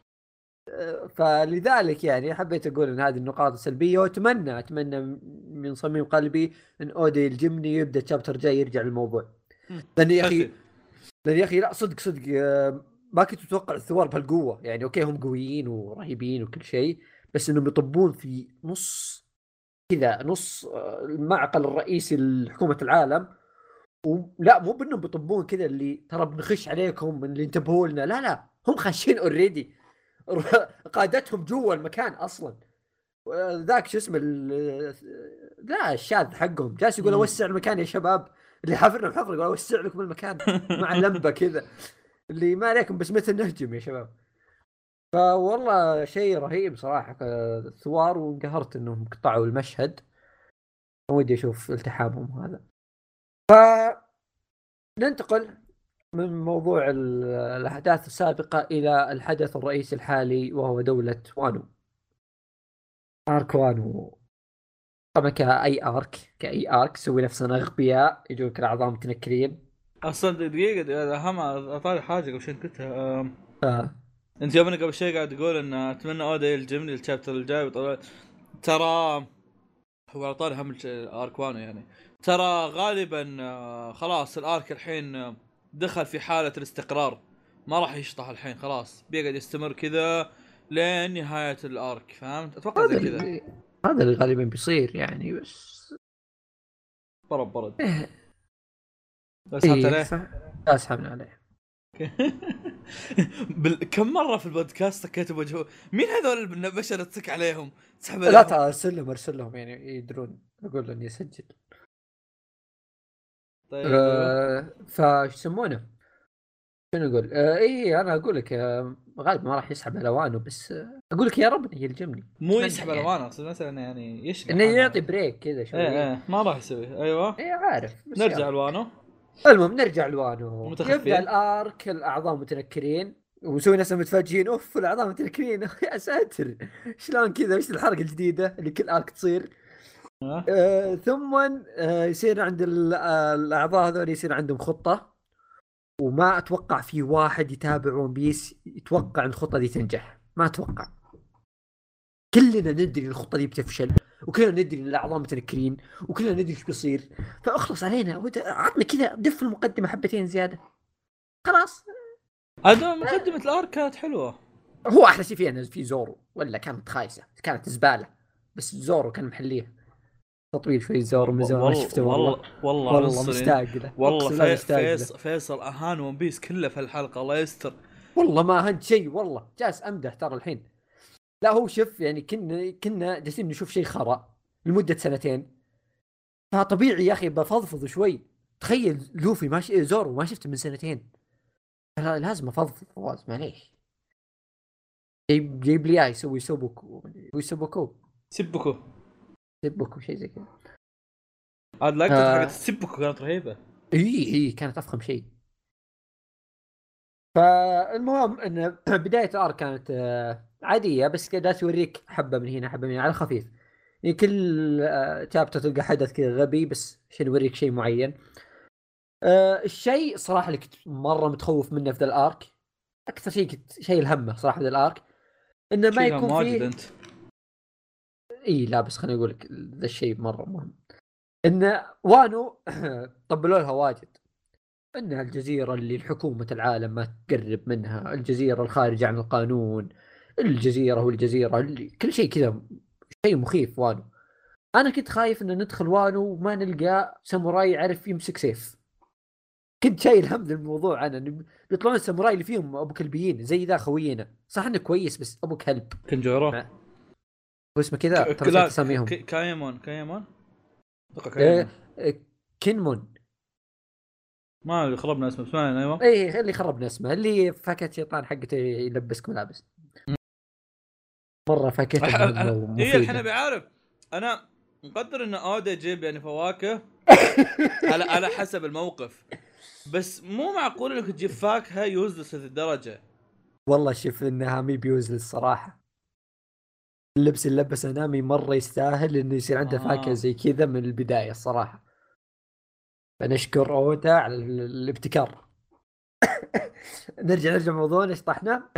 فلذلك يعني حبيت اقول ان هذه النقاط السلبيه، واتمنى من صميم قلبي ان اودي الجمني يبدا تشابتر جاي يرجع للموضوع. لان يا اخي لا صدق ما كنت اتوقع الثوار بهالقوه يعني. اوكي هم قويين ورهيبين وكل شيء، بس انهم يطبون في نص كذا نص المعقل الرئيسي لحكومه العالم. ولا مو بانهم بيطبون كذا اللي ترى بنخش عليكم اللي انتبهوا لنا، لا هم خاشين اوريدي. قادتهم جوا المكان اصلا. ذاك شو اسمه لا الشاذ حقهم جالس يقول اوسع المكان يا شباب، اللي حفرنا بحفر يقول اوسع لكم المكان مع لمبه كذا اللي ما عليكم بس متى نهجم يا شباب. فوالله شيء رهيب صراحه ثوار، وانقهرت انهم قطعوا المشهد. ودي اشوف التحامهم هذا. ننتقل من موضوع الأحداث السابقة إلى الحدث الرئيسي الحالي، وهو دولة وانو. آرك وانو طبعا كأي آرك سوي نفسنا أغبياء، يجوك الأعضاء متنكرين. اصلا دقيقه اهم اطالع حاجه قبل شيء قلتها. انت يومنا قبل شيء قاعد تقول ان اتمنى اودا يلجمني الشابتر الجاي ترى هو طاري هم اركوانو يعني. ترى غالبا خلاص الارك الحين دخل في حالة الاستقرار، ما راح يشطح الحين، خلاص بيقعد يستمر كذا لين نهاية الارك، فهمت؟ اتوقع زي كذا. هذا اللي غالبا بيصير يعني. بس برد اسحبت عليه اسحبنا عليه. كم مرة في البودكاست كتبوا مين هذول البشر تسك عليهم تسحب لا تعال ارسل لهم يعني يدرون اقول اني اسجل. طيب فايش يسمونه شنو اقول؟ اي انا اقول لك غالبا ما راح يسحب على وانو، بس اقول لك يا رب انه يلجمني، مو يسحب على وانو اقصد مثلا يعني يشقح انه يعطي بريك كذا شوي. ايه ما راح يسوي. ايوه ايه عارف. نرجع لوانو. المهم نرجع لوانو. متخفين. يبدا الارك الاعضاء متنكرين وسوي ناس متفاجئين، اوف الاعضاء متنكرين يا ساتر شلون كذا، وش الحركه الجديده اللي كل ارك تصير. ثم يصير عند الاعضاء هذول يصير عندهم خطه، وما اتوقع في واحد يتابع ون بيس يتوقع ان الخطه دي تنجح. ما اتوقع. كلنا ندري ان الخطه دي بتفشل، وكلنا ندري ان الاعضاء متنكرين، وكلنا ندري ايش بيصير. فاخلص علينا عطنا كذا دف المقدمه حبتين زياده خلاص. هذا مقدمه الارك كانت حلوه. هو احلى شيء فيها انه في زورو، ولا كانت خايسه، كانت زباله، بس زورو كان محليه. تطويل شوي زورو من زمان ما شفته. والله مستعجله والله فيصل اهان ون بيس كله في الحلقه، الله يستر. والله ما هنت شيء، والله جالس امدح ترى الحين. لا هو شوف يعني كنا جالسين نشوف شيء خرا لمده سنتين، فطبيعي يا اخي بفضفض شوي. تخيل لوفي ماشي زورو ما شفته من سنتين، لازم افضفض فواز معليش. جيب لي يسوي سبوكو شيء زي كذا. عاد لقطة حقت سبوكو كانت رهيبة. اي كانت افخم شيء. فالمهم ان بداية الارك كانت عادية، بس كذا توريك حبة من هنا حبة من هنا على خفيف. يعني كل تابتة تلقى حدث كذا غبي بس عشان يوريك شيء معين. الشيء صراحة اللي كنت مرة متخوف منه في ذا الارك، اكثر شيء الهمه صراحة في ذا الارك، انه ما يكون فيه انت. اي لا بس خليني اقول لك ذا الشيء مرة مهم، ان وانو طبلوا لها واجد انها الجزيرة اللي الحكومة العالم ما تقرب منها، الجزيرة الخارجة عن القانون، الجزيرة اللي كل شيء كذا شيء مخيف. وانو انا كنت خايف ان ندخل وانو وما نلقى ساموراي يعرف يمسك سيف. كنت شايل هم الموضوع انا بيطلعون الساموراي اللي فيهم ابو كلبيين زي ذا خوينا، صح انه كويس بس ابو كلب. كنجورو هو اسمه كذا ترى تسميهم كايمون كينمون. ما اللي خربنا اسمه اسمعنا. ايوه ايه اللي خربنا اسمه، اللي فكت شيطان حقته يلبسك ملابس مره فكت. ايه الحين بيعرف انا مقدر ان اودا يجيب يعني فواكه على حسب الموقف، بس مو معقول انك تجيب فاكهه يوزلس هذه الدرجه. والله شوف انها مي بيوزلس الصراحه. اللبس اللي لبسه نامي مره يستاهل انه يصير عنده فاكهه زي كذا من البدايه الصراحه. فنشكر اودا على الابتكار. نرجع موضوعنا ايش طحنا.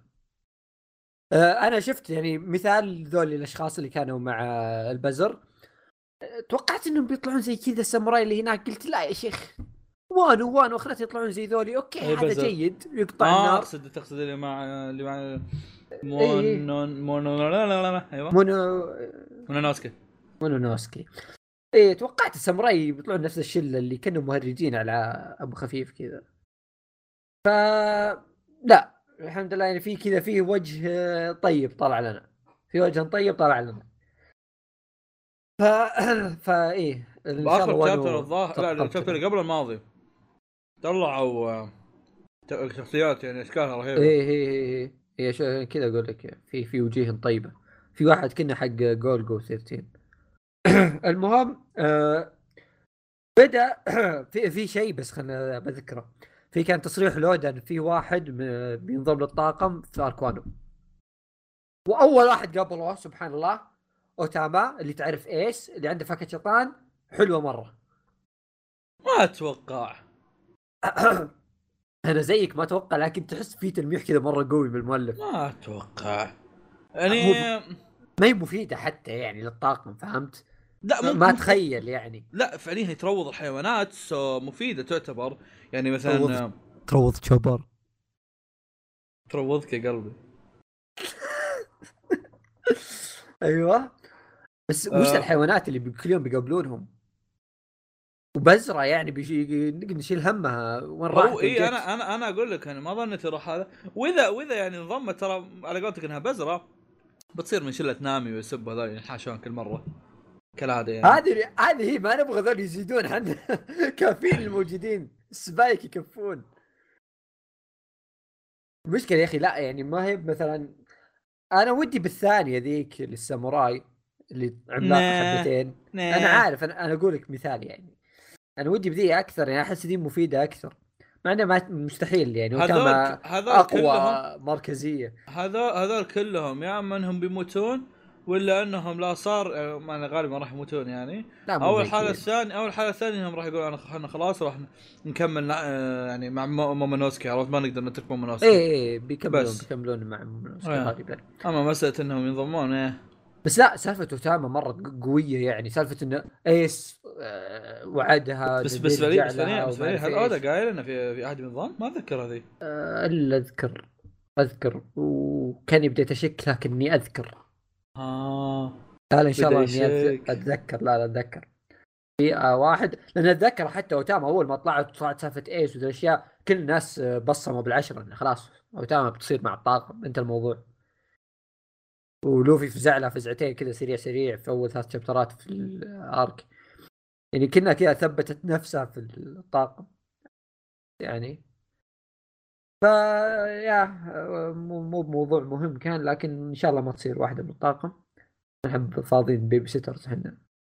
انا شفت يعني مثال ذول الاشخاص اللي كانوا مع البزر، توقعت انهم بيطلعون زي كذا الساموراي اللي هناك، قلت لا يا شيخ وانو خلت يطلعون زي ذولي اوكي هذا جيد يقطع النار. تقصد اللي مع ايوه مونونوسكي. مونونوسكي. ايه توقعت الساموراي بيطلعون نفس الشله اللي كانوا مهرجين على ابو خفيف كذا. ف لا الحمد لله يعني في كذا فيه وجه طيب طلع لنا، في وجه طيب طلع لنا. ف ايه ان شاء باخر الله تشابتر وانو الظاهر، لا التشابتر تقبل. اللي قبل الماضي طلعوا شخصيات يعني اشكالها رهيبه. ايه ايه ايه ايه كذا اقول لك في وجيه طيبه. في واحد كنا حق جولجو 13. المهم بدأ في شيء بس خلنا بذكره. في كان تصريح لودن في واحد بينضم للطاقم في اركوانو، واول واحد قابله سبحان الله اوتاما اللي تعرف ايس اللي عنده فكه شيطان حلوه مره. ما اتوقع. انا زيك ما اتوقع، لكن تحس في تلميح كذا مره قوي من المؤلف. ما اتوقع يعني. هو ما هي مفيده حتى يعني للطاقم، فهمت؟ لا ما تخيل يعني. لا فعليا هي تروض الحيوانات، سو مفيده تعتبر. يعني تروض مثلا تروض شبر. تروضك يا قلبي. ايوه بس وش أه الحيوانات اللي كل يوم بيقابلونهم؟ وبزرة يعني بيجي نشيل همها وين هو راحت وين اي جت. انا اقول لك انا ما ظنيت راح هذا. واذا يعني انضمت ترى على قولتك انها بزره، بتصير من شله نامي ويسب هذول ينحاشون كل مره كالعاده يعني. هذه هي ما نبغى ذول يزيدون عن كافيين الموجودين، السبايك يكفون. المشكلة يا اخي لا يعني ما هي مثلا. انا ودي بالثانية ذيك للساموراي اللي عملاقة نه حبتين. انا نه عارف انا اقول لك مثال يعني. انا ودي بذي اكثر يعني احس دي مفيدة اكثر. مع انه ما مستحيل يعني وتاما هذول اقوى كلهم، مركزية. هذول كلهم يا اما انهم بيموتون، ولا انهم لا صار انا غالبا راح يموتون يعني. لا مو زي كذا. اول حاله الثانيه انهم راح يقولوا احنا خلاص راح نكمل يعني مع مومونوسكي، عرفت؟ ما نقدر نترك مومونوسكي ايه بيكملون بس. بيكملون مع مومونوسكي آه. غالبا. اما مساله انهم ينضمون بس لا سالفة توتاما مرة قوية يعني، سالفة انه ايس وعدها انه بس فعليا بيرجع لها بس وما فعليا اعرف هل اودا ايش. قايل انه في احد ينضم؟ ما اتذكر هذه. الا اذكر وكاني بديت اشك لكني اذكر. قال ان شاء بدا الله اني يشك. اتذكر. لا اتذكر. في واحد لان اتذكر حتى اوتاما اول ما طلعت سالفة ايس وذي الاشياء كل الناس بصموا بالعشرة انه خلاص اوتاما بتصير مع الطاقم انت الموضوع. ولوفي فزع له فزعتين كذا سريع في اول 3 شابترات في الارك. يعني كنا كذا ثبتت نفسها في الطاقم يعني. ف يا مو بموضوع مهم كان، لكن ان شاء الله ما تصير واحده من الطاقم. نحب فاضيين بيبي سيترز احنا.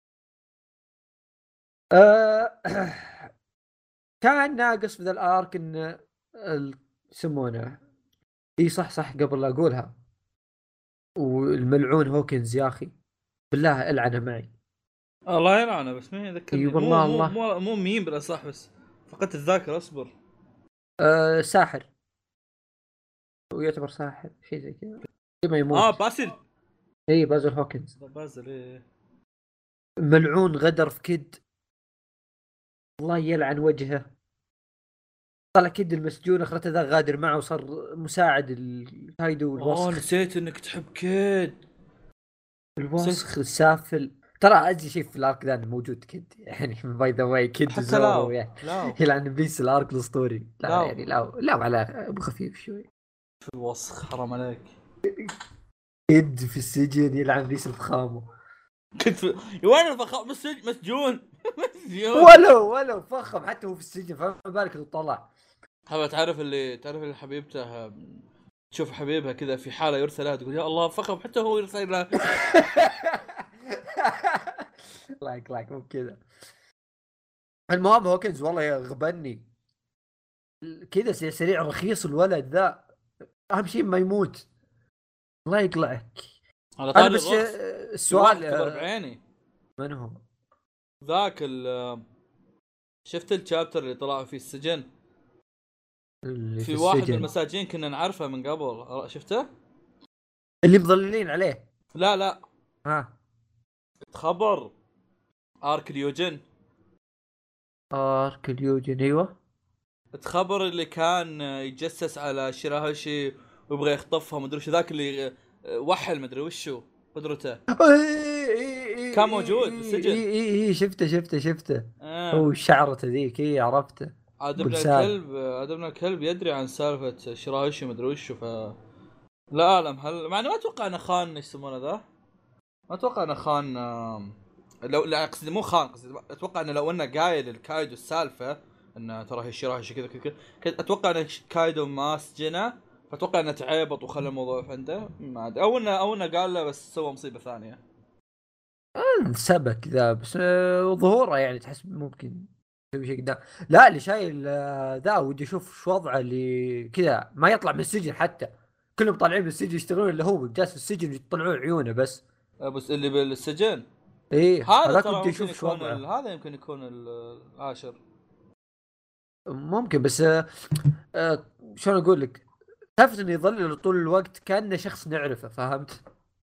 أه... كان ناقص في ذا الارك ان يسمونه اي صح قبل لا اقولها. والملعون هوكنز يا اخي بالله العنه معي. الله يلعنه، بس مين اي يذكرني؟ والله الله. مو مين بالاصح، بس فقدت الذاكره، اصبر. ساحر. ويعتبر ساحر شيء زي كذا ما يموت. باسل. اي بازل هوكنز. باسل ملعون غدر في كيد. الله يلعن وجهه. طلع كيد المسجون اخرته ذا غادر معه وصار مساعد الهايدو الوسخ. نسيت انك تحب كيد. الوسخ السافل. ترى اجي شيء في الارك ذا موجود كيد يعني باي ذا واي كيد حتى زورو لاو يعني. لاو يلعن بيس الارك الاسطوري لا لاو يعني لا على ابو خفيف شوي. في الوسخ، حرام عليك. كيد في السجن يلعن بيس الفخامه. كنت وين الفخام؟ مسجون مسجون. ولو فخم حتى هو في السجن، فما بالك لو طلع. تعرف اللي حبيبته تشوف حبيبها كذا في حاله يرثى لها، تقول يا الله فخم حتى هو يرثى لها. لايك مو كذا. المهم هوكنز والله غبني كذا سريع رخيص الولد ذا. اهم شيء ما يموت. الله يقلعك. على انا طاري بس الرخص، في واحد السؤال كبر بعيني. من هو؟ ذاك شفت الشابتر اللي طلعوا فيه السجن؟ اللي في في واحد من السجن المساجين كنا نعرفه من قبل، شفته؟ اللي مظللين عليه. لا ها خبر ارك اليوجن. ارك اليوجن ايوه. تخبر اللي كان يتجسس على شيراهوشي ويبغى يخطفها، مدري وش ذاك اللي وحل مدري وشو. قدرته كان موجود بالسجن. اي شفته هو شعرته ذيك عرفته. ادمنا الكلب يدري عن سالفه شرايشي مدري وش لا اعلم هل مع انه ما اتوقع انه خان ايش يسمونه ذا. ما اتوقع انه خان لو لا اقصد مو خان قصدي اتوقع انه لو انه قايل الكايدو السالفه انه ترى هي شرايشي كذا اتوقع ان كايدو ما سجنه فاتوقع انه تعيبط وخلى الموضوع عنده ما ادري او انه قال له بس سوى مصيبه ثانيه. سبك ذا بس ظهوره يعني تحس ممكن يسوي شيء قدام. لا اللي شايل ذا ودي اشوف شو وضعه اللي كذا ما يطلع من السجن حتى. كلهم طالعين من السجن يشتغلون اللي هو جالس في السجن يطلعون عيونه بس اللي بالسجن ايه هذا ودي اشوف شو وضعه. هذا يمكن يكون العاشر ممكن بس شلون اقول لك تعرف انه يظل طول الوقت كانه شخص نعرفه فهمت.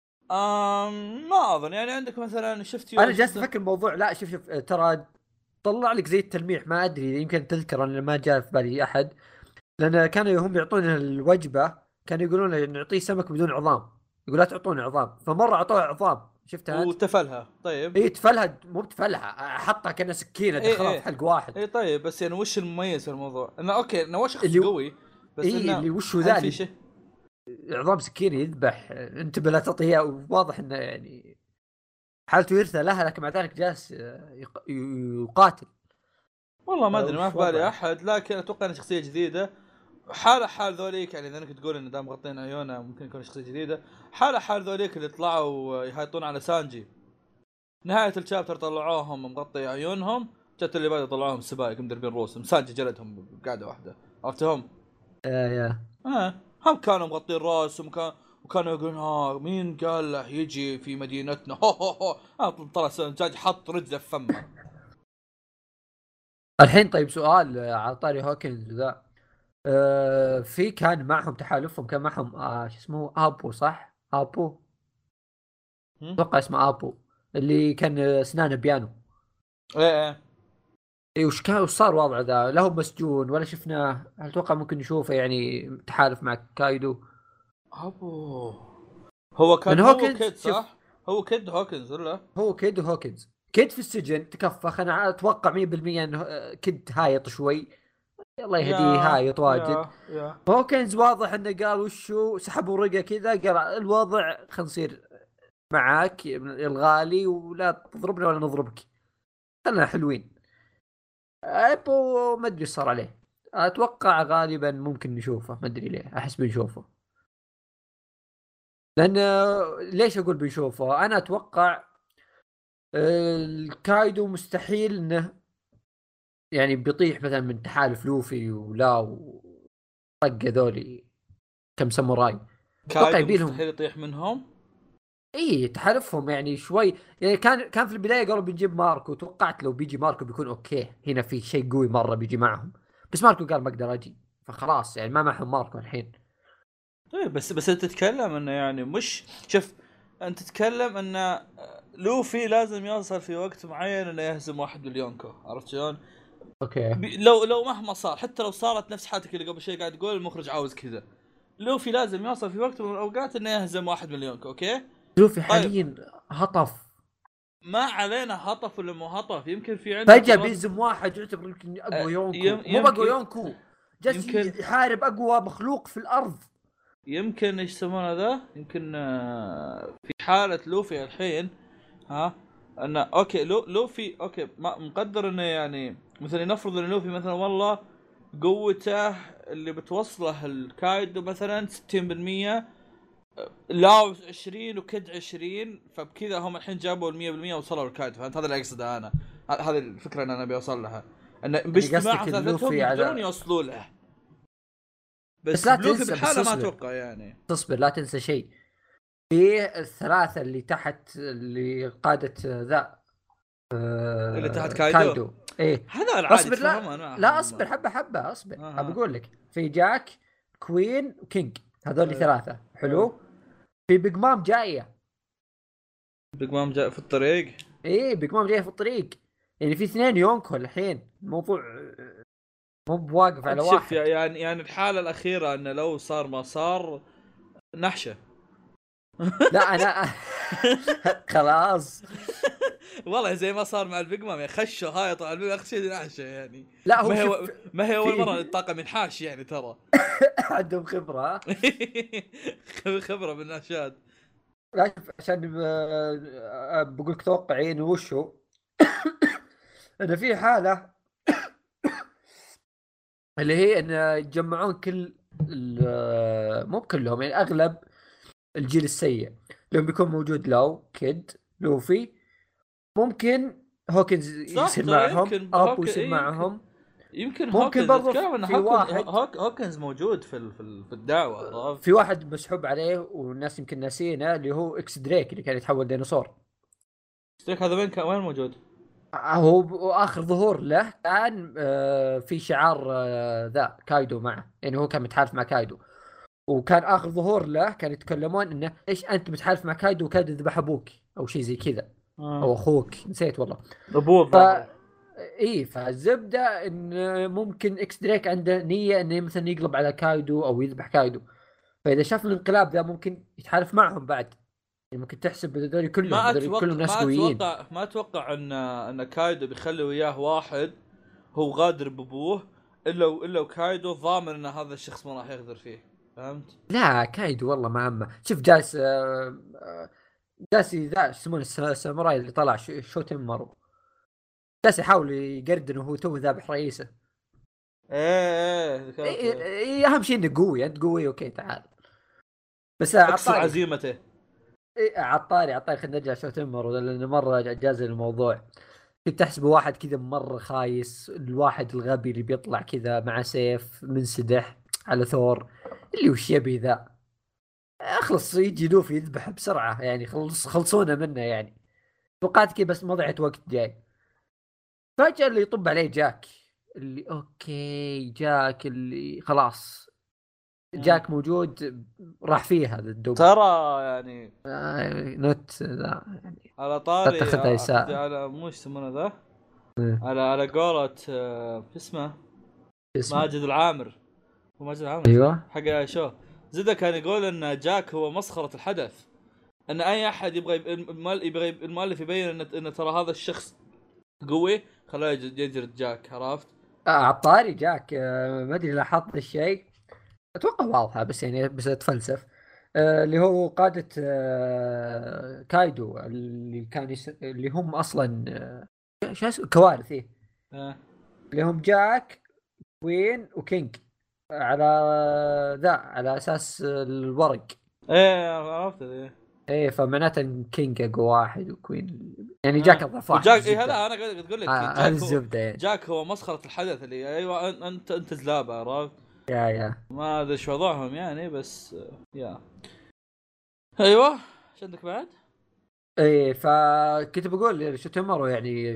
ما اظن يعني عندك مثلا شفت انا جالس افكر الموضوع. لا شوف ترى طلع لك زي التلميح ما ادري يمكن تذكر انا ما جاء في بالي احد لان كانوا هم يعطونه الوجبه كانوا يقولون نعطيه سمك بدون عظام يقول لا تعطونه عظام فمره اعطوه عظام شفتها وتفلها. طيب اي تفلها مو بتفلها حطها كأنها سكينه دخلها في حلق واحد. اي طيب بس يعني وش المميز في الموضوع انه اوكي انه شخص قوي بس إيه اللي وش ذا عظام سكينه يذبح انتبه لا تعطيه واضح انه يعني حالته يرثى لها لكن مع ذلك جالس يقاتل. والله ما ادري ما في بالي احد لكن اتوقع انه شخصيه جديده حال ذوليك يعني اذا انك تقول ان دام مغطين عيونه ممكن يكون شخصيه جديده حال ذوليك اللي طلعوا يحيطون على سانجي نهايه الشابتر طلعوهم مغطي عيونهم جت اللي بعده طلعوهم سبايك مدربين رؤوسهم سانجي جلدهم قاعده واحده عرفتهم. هم كانوا مغطين راسهم وكانوا يقولون مين قال له يجي في مدينتنا طلع سانجي حط رجله في فمه. الحين طيب سؤال على طاري هوكنز ذا في كان معهم تحالفهم كان معهم شو اسمه ابو صح ابو اتوقع اسمه ابو اللي كان اسنانه بيانو. ايه وش كان وش صار وضعه ذا له مسجون ولا شفناه اتوقع ممكن نشوفه يعني تحالف مع كايدو. ابو هو كان هو كيد صح هو كيد هوكنز ولا هو كيد هوكنز كيد في السجن تكفخ انا اتوقع 100% انه كيد هايط شوي الله يهديه هايط واجد. هوكنز واضح انه قال وشو سحب ورقه كذا قال الوضع خلينا نصير معاك الغالي ولا تضربنا ولا نضربك خلنا حلوين. ابو ما ادري صار عليه اتوقع غالبا ممكن نشوفه ما ادري ليه احس بنشوفه لان ليش اقول بنشوفه انا اتوقع الكايدو مستحيل انه يعني بيطيح مثلا من تحالف لوفي ولا طق ذولي كم ساموراي كايدو مستحيل يطيح منهم. اي تحالفهم يعني شوي يعني كان في البدايه قالوا بنجيب ماركو توقعت لو بيجي ماركو بيكون اوكي هنا في شيء قوي مره بيجي معهم بس ماركو قال ما اقدر اجي فخلاص يعني ما معهم ماركو الحين. طيب بس انت تتكلم انه يعني مش شوف انت تتكلم ان لوفي لازم يوصل في وقت معين انه يهزم 1 مليون كو عرفت شلون؟ اوكي لو مهما صار حتى لو صارت نفس حالتك اللي قبل شيء قاعد تقول المخرج عاوز كذا لوفي لازم يوصل في وقت من الاوقات انه يهزم 1 مليون كو. اوكي لوفي حاليا هطف ما علينا هطف ولا مو هطف يمكن في عنده فجأة بيزم واحد يعتبر يمكن اقوى يونكو مو اقوى يونكو جالس يحارب اقوى مخلوق في الارض يمكن ايش يسمونه ذا يمكن في حالة لوفي الحين انه اوكي لوفي اوكي ما مقدر انه يعني مثلا نفرض ان لوفي مثلا والله قوته اللي بتوصله الكايدو مثلا 60% لاو 20 وكد 20 فبكذا هم الحين جابوا 100% وصلوا الكايدو فهمت هذا اللي اقصده انا هذه الفكرة انا ابي اوصل لها ان باجتماع ثلاثتهم يقدرون يوصلوا له بس لا تنسى بالحالة ما اتوقع يعني تصبر لا تنسى شيء في الثلاثة اللي تحت اللي قادة ذا اللي تحت كايدو. ايه هذا العادي اصبر لا اصبر حبة اصبر بقول لك في جاك كوين وكينج هذول ثلاثة حلو. في بيج مام جاية بيج مام جاي في الطريق ايه بيج مام جاية في الطريق يعني في 2 يونكو الحين الموضوع مو بواقف على واحد. شوف يعني الحالة الأخيرة أنه لو صار ما صار نحشة لا خلاص. والله زي ما صار مع البيج مام، يعني خشوا هاي طبعا اخر شيء نعشه يعني. لا هو ما شوف، هي ما هي اول مره في الطاقم ينحاش يعني ترى. عندهم خبره. خبره بالنشاد. لا شوف، عشان بقول لك توقعين وشو. انه في حاله اللي هي ان يتجمعون كل مو كلهم يعني اغلب الجيل السيء، لو بيكون موجود لو كيد لوفي، ممكن هوكنز صح يصير ترى، معهم، يمكن ابو هوك يصير إيه يمكن. معهم. يمكن ممكن هوكنز برضو اتكلم ان في هوكنز واحد، هوكنز موجود في الدعوه، عرفت؟ في واحد مسحوب عليه والناس يمكن ناسينه، اللي هو اكس دريك اللي كان يتحول ديناصور. ستريك هذا وين موجود؟ هو اخر ظهور له كان في شعار ذا كايدو معه، يعني هو كان متحالف مع كايدو، وكان اخر ظهور له كانوا يتكلمون انه ايش انت متحالف مع كايدو وكايدو ذبح ابوك او شيء زي كذا، او اخوك نسيت والله. ابوه ف الظاهر. اي فالزبده ان ممكن اكس دريك عنده نيه انه مثلا يقلب على كايدو او يذبح كايدو، فاذا شاف الانقلاب ذا ممكن يتحالف معهم بعد. يعني ممكن تحسب هذول كلهم ناس قويين. ما اتوقع ان كايدو بيخلي وياه واحد هو غادر بابوه، الا وكايدو ضامن ان هذا الشخص ما راح يغدر فيه، فهمت؟ لا كايدو والله ما عمه، شوف جالس جالس ذا شو يسمونه الساموراي اللي طلع شوتيمارو، جالس يحاول يقردن وهو تو ذابح رئيسه. ايه ذكرت. اهم شيء انه قوي، انت قوي اوكي تعال. بس اكسر عطاري، عزيمته. عطاري خلينا نرجع شوتيمارو لانه مره جاز الموضوع. كنت احسبه واحد كذا مره خايس، الواحد الغبي اللي بيطلع كذا مع سيف منسدح على ثور، اللي وش يبي ذا. اخلص يجي لوفي يذبح بسرعه يعني، خلصونا منه يعني. توقعت كذا بس مضيعة وقت جاي. فجأة اللي يطب عليه جاك، اللي اوكي جاك اللي خلاص، جاك موجود راح فيه هذا الدب. ترى يعني نوت ذا يعني، على لا طاري تاخذها يساء. على مو ايش يسمونه ذا، إيه، على قولة شو اسمه، اسمه. ماجد العامر. هو ماجد العامر اسمه ايوه. حق شو. زيدا كان يقول ان جاك هو مسخرة الحدث، ان اي احد يبغى المؤلف يبين ان ترى هذا الشخص قوي، خلاه يجرد جاك، عرفت؟ عطاري جاك ما ادري لاحظت الشيء، اتوقع واضحه بس يعني بس اتفلسف. اللي هو قادة كايدو اللي كان اللي هم اصلا شو اسمه كوارث إيه. آه. اللي هم جاك كوين وكينج، على ذا على اساس الورق. ايه عرفت ايه. ايه فمعناته ان كينج اقوى واحد وكوين يعني جاك اضعف واحد وجاك ايه، الزبده. هلا انا قاعد اقول لك هذه جاك هو، الزبده يعني. جاك هو مسخرة الحدث اللي ايوه انت زلابه، عرفت؟ يا ما ادري شو وضعهم يعني، بس يا ايوه. ايش عندك بعد؟ ايه فكنت بقول شو تمروا يعني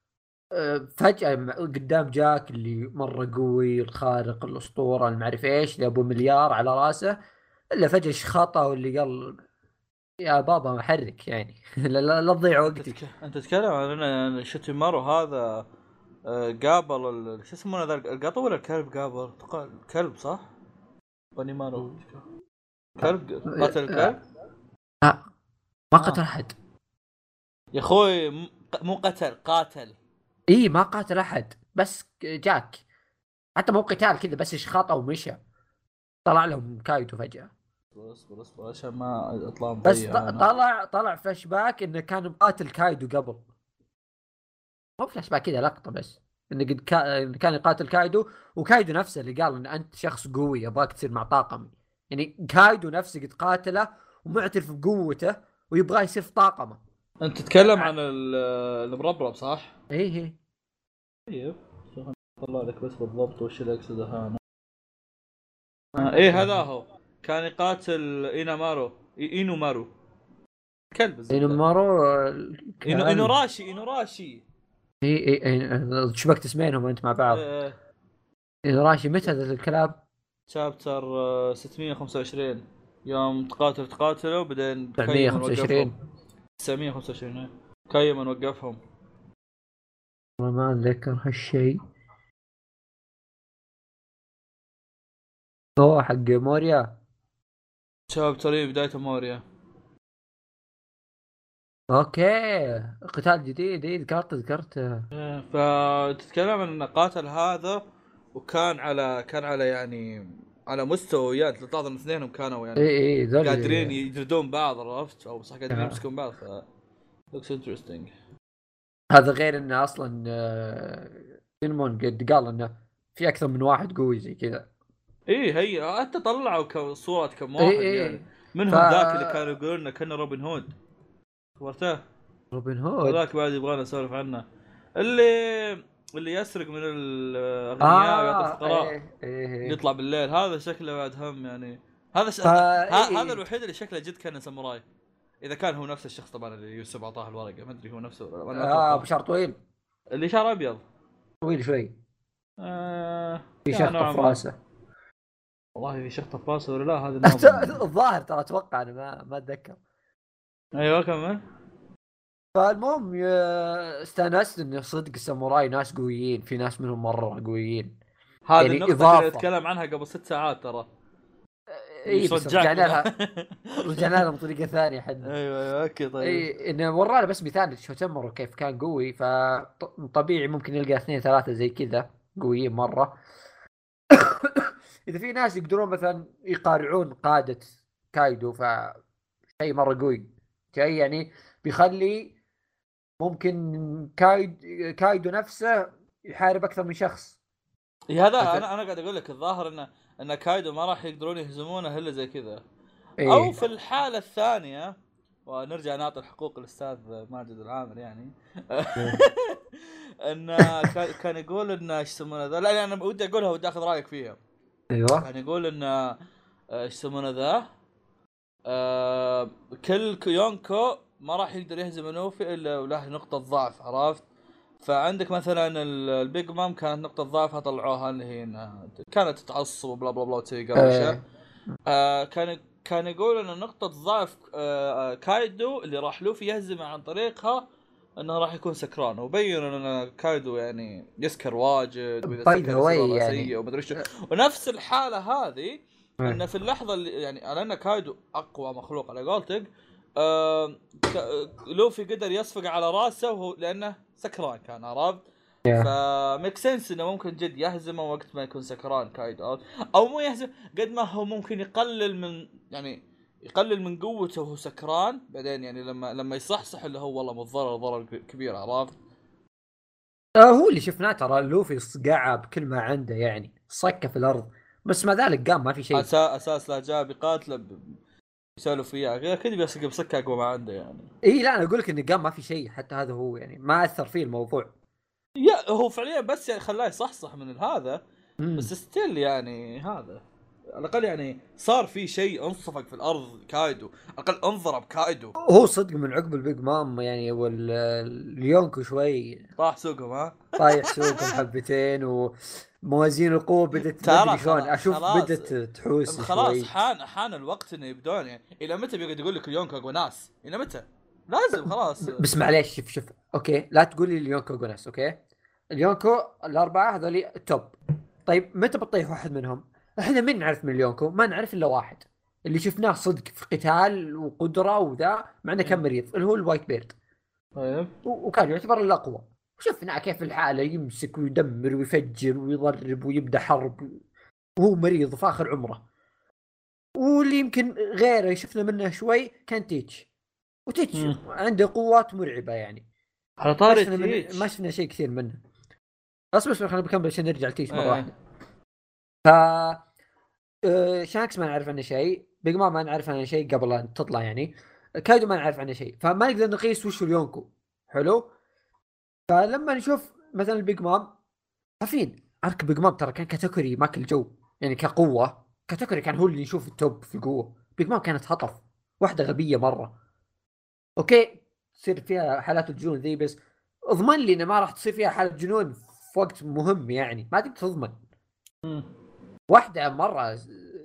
فجأة قدام جاك اللي مرة قوي الخارق الأسطورة المعرف ايش اللي ابو مليار على راسه، الا فجأة شخطه واللي قال يا بابا محرك يعني. لا تضيع وقتي. انت تتكلم عن ان شوتيمارو هذا قابل شو اسمه ذا القطو ولا الكلب؟ قابل كلب صح؟ بونيمارو كلب قاتل الكلب. لا ما قتل اه احد. يا اخوي مو قتل، قاتل. اي ما قاتل احد بس جاك، حتى مو قتال كذا بس شخطه ومشى، طلع لهم كايدو فجأة. اصبر عشان ما اطلع بس مضيع انا. طلع فلاش باك انه كان مقاتل كايدو قبل، مو فلاش باك كذا لقطة بس، انه إنه كان يقاتل كايدو، وكايدو نفسه اللي قال ان انت شخص قوي ابغاك تصير مع طاقمي. يعني كايدو نفسه قد قاتله ومعترف بقوته ويبغاه يصير في طاقمه. انت تتكلم عن المربرب صح؟ ايه طيب خلنا اطلع لك بس بالضبط وش اللي اقصده انا. ما ايه اتذكر. هذا هو، كان يقاتل اينامارو اينومارو، كلب الزبده. مارو كان. انوراشي. ايه شبكت اسمينهم انت مع بعض. آه راشي متى هذا الكلام؟ شابتر 625، يوم تقاتلوا بعدين كايما وقفهم. 925. 925 إيه. كايما وقفهم. والله ما اتذكر هالشيء. هو حق موريا. شابتر بداية موريا. اوكي، قتال جديد، ذكرت. فتتكلم ان قاتل هذا وكان على يعني على مستوى يد لطاظن اثنينهم كانوا يعني اي ذول قادرين يجلدون بعض، عرفت؟ او صح قادرين آه. يمسكون بعض. ف looks interesting. هذا غير انه اصلا فيلمون قد قال انه في اكثر من واحد قوي زي كذا. ايه هي حتى طلعوا صورة كم اي واحد يعني اي ف منهم ذاك اللي كانوا يقولون انه كان روبن هود. خبرته روبن هود. هذاك بعد يبغانا نسولف عنه. اللي يسرق من الاغنياء ويعطي الفقراء اللي ايه يطلع بالليل، هذا شكله بعد هم يعني. هذا هذا الوحيد اللي شكله جد كان ساموراي، اذا كان هو نفس الشخص طبعا اللي يوسف اعطاه الورقه، ما ادري هو نفسه ولا انا ما اتوقع. بشعر طويل. اللي شعر ابيض طويل شوي. في يا شخطة نوعا في ما. راسه. والله في شخطه في راسه ولا لا، هذا نظم. الظاهر ترى اتوقع، انا ما اتذكر. ايوه كمل. فالمهم استانست ان صدق الساموراي ناس قويين، في ناس منهم مره قويين. هذه يعني النقطه كنا اضافه. نتكلم عنها قبل 6 ساعات ترى. اي يصوت بس جاك رجعنا لها بطريقه ثانيه حنا. ايوه اوكي طيب. اي انه ورانا بس مثال شوتمر كيف كان قوي، فطبيعي ممكن نلقى 2 3 زي كذا قويين مره. اذا في ناس يقدرون مثلا يقارعون قاده كايدو، فشيء مره قوي. شيء يعني بيخلي ممكن كايدو نفسه يحارب اكثر من شخص. هذا مثلا انا قاعد اقول لك الظاهر ان كايدو ما راح يقدرون يهزمونه الا زي كذا. او ايه في الحاله الثانيه، ونرجع نعطي الحقوق للاستاذ ماجد العامر يعني. ان كان يقول ان ايش يسمونه ذا، لا انا ودي اقولها ودي اخذ رايك فيها. ايوه كان يقول ان ايش يسمونه ذا، كل يونكو ما راح يقدر يهزم نوفي الا وله نقطه ضعف، عرفت؟ فعندك مثلا البيج مام كانت نقطه ضعفها طلعوها اللي هي انها كانت تتعصب وبلا بلا بلا وتسوي قروشه. ايه كان يقول ان نقطه ضعف كايدو اللي راح لوفي يهزمه عن طريقها انه راح يكون سكران، وبين ان كايدو يعني يسكر واجد، واذا باي ذا سكر يصير واي راسيه يعني. ومدري شو. ونفس الحاله هذه إيه. ان في اللحظه اللي يعني على ان كايدو اقوى مخلوق على قولتك، لوفي قدر يصفق على راسه وهو لانه سكران كان، عرفت؟ فميك سنس انه ممكن جد يهزمه وقت ما يكون سكران كايدو، او مو يهزم قد ما هو ممكن يقلل من يعني يقلل من قوته وهو سكران، بعدين يعني لما يصحصح اللي هو والله متضرر ضرر كبير، عرفت؟ هو اللي شفناه ترى لوفي صقع بكل ما عنده، يعني صكه في الارض، بس ما ذلك قام ما في شيء. اساس لا جاء بقاتله يسولف وياه اكيد بيسقي بسكه اقوى ما عنده يعني. اي لا انا اقول لك انه قام ما في شيء، حتى هذا هو يعني ما اثر فيه الموضوع. يا هو فعليا بس يعني خلاه يصحصح من هذا، بس امم ستيل يعني هذا على الاقل يعني صار في شيء انصفق في الارض كايدو، على الاقل انضرب كايدو. هو صدق من عقب البيج مام يعني، واليونكو شوي طاح سوقهم ها. طايح سوقهم حبتين، وموازين القوة بدت ما ترى ادري شلون اشوف خلاص بدت تحوس خلاص شوي. حان الوقت انه يبدون يعني. الى متى بيقعد يقول لك اليونكو اقوى ناس؟ الى متى؟ لازم خلاص. بس معليش، شوف اوكي لا تقول لي اليونكو جوناس، اوكي اليونكو الاربعه هذول التوب. طيب متى بتطيح واحد منهم؟ احنا من نعرف من اليونكو؟ ما نعرف الا واحد اللي شفناه صدق في قتال وقدره وذا، مع انه كان مريض، اللي هو الوايت بيرد. طيب وكان يعتبر الاقوى. شفنا كيف الحاله يمسك ويدمر ويفجر ويضرب ويبدا حرب وهو مريض في اخر عمره. واللي يمكن غيره شفنا منه شوي كان تيتش. وتيتش عنده قوات مرعبه يعني. على ما طاري شفنا ما شفنا شيء كثير منه. بس خلينا نكمل عشان نرجع لتيتش مره واحده. ف شانكس ما نعرف عنه شيء، بيج مام ما نعرف عنه شيء قبل ان تطلع يعني، كايدو ما نعرف عنه شيء، فما نقدر نقيس وش اليونكو. حلو. فلما نشوف مثلا البيج مام، عارفين ارك بيج مام ترى كان كاتيجوري ماكل جو، يعني كقوه كاتيجوري كان هو اللي يشوف التوب في القوه. بيج مام كانت هطف واحده غبيه مره. اوكي تصير فيها حالات الجنون ذي، بس اضمن لي انه ما راح تصير فيها حاله جنون في وقت مهم، يعني ما تقدر تضمن. واحده مره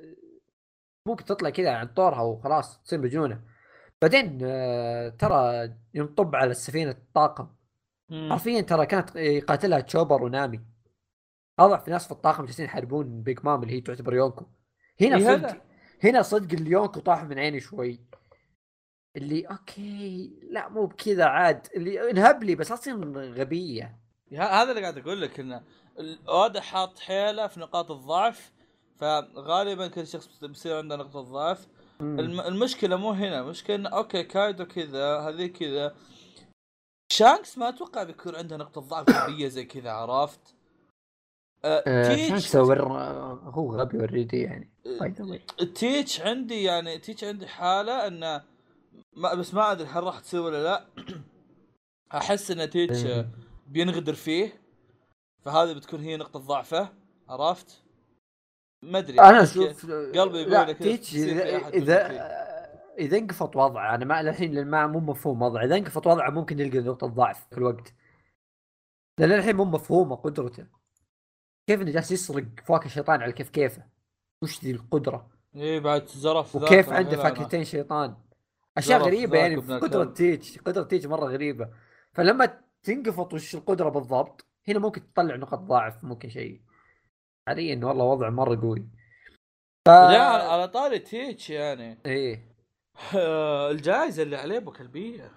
ممكن تطلع كذا عن طورها وخلاص تصير مجنونه. بعدين ترى ينطب على السفينه الطاقم، حرفيا ترى كانت يقاتلها تشوبر ونامي، اضعف ناس في الطاقم جالسين يحاربون بيج مام اللي هي تعتبر يونكو. هنا إيه صدق هذا؟ هنا صدق اليونكو طاح من عيني شوي. اللي اوكي لا مو بكذا عاد، اللي انهب لي بس اصلا غبيه. هذا اللي قاعد اقول لك، انه اودا حاط حيله في نقاط الضعف، فغالبا كل شخص بيصير عنده نقطه ضعف. المشكله مو هنا، المشكله انه اوكي كايدو كذا، هذه كذا، شانكس ما اتوقع بيكون عنده نقطه ضعف غبيه زي كذا، عرفت؟ تيتش شانكس هو غبي اوريدي يعني باي ذا واي. تيتش عندي يعني تيتش عندي حاله انه بس ما ادري هل راح تصير ولا لا. احس ان تيتش بينغدر فيه، فهذه بتكون هي نقطه ضعفه، عرفت؟ ما ادري انا اشوف قلبي يقول لا لك كذا تيتش تصير في احد اذا فيه. اذا انقفط وضعه، انا ما الحين ما مو مفهوم وضعه، اذا انقفط وضعه ممكن يلقى نقطه ضعف في الوقت، لان الحين مو مفهومه قدرته. كيف انه جالس يسرق فواكه الشيطان على كيفه؟ وش ذي القدره؟ ايه بعد زرف ذاك وكيف عنده هنا أنا. فاكهتين شيطان؟ اشياء زرف غريبه ذاك يعني ابن في قدره الكلب. تيتش. قدره تيتش مره غريبه. فلما تنقفط وش القدره بالضبط، هنا ممكن تطلع نقط ضعف، ممكن شيء. حاليا والله وضع مره قوي. ف لا على طاري تيتش يعني ايه الجائزة اللي عليه بكلبية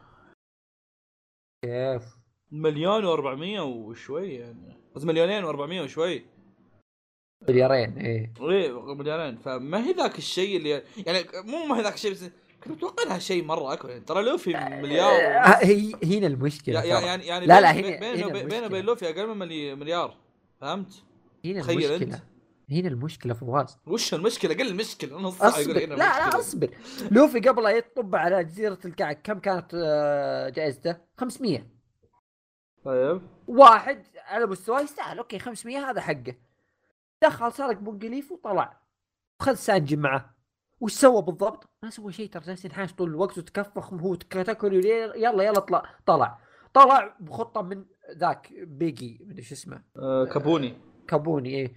كيف 1,400,000 وشوي، يعني بس 2,400,000 وشوي. مليارين ايه. ايه مليارين، فما هي ذاك الشيء اللي يعني مو ما هي ذاك الشيء، بس كنت متوقع انها شيء مره اكبر يعني. ترى لوفي مليار ونص. هي هنا المشكله ترى. يعني لا لا بينه هنا بينه وبين المشكله. لوفي اقل من مليار، فهمت؟ هنا تخيل انت المشكله. هنا المشكله فواز. وش المشكله؟ قل المشكله نص ساعه يقول اصبر هنا لا لا المشكله. اصبر. لوفي قبل لا يطب على جزيره الكعك كم كانت جائزته؟ 500. طيب واحد على مستواه يستاهل اوكي 500 هذا حقه. دخل سرق بونجليف وطلع، خذ سانجي معه. وش سوى بالضبط؟ ما سوى شيء ترى، جالس ينحاش طول الوقت وتكفخ هو تاكل يلا طلع بخطه من ذاك بيجي من ايش اسمه كابوني. كابوني ايه.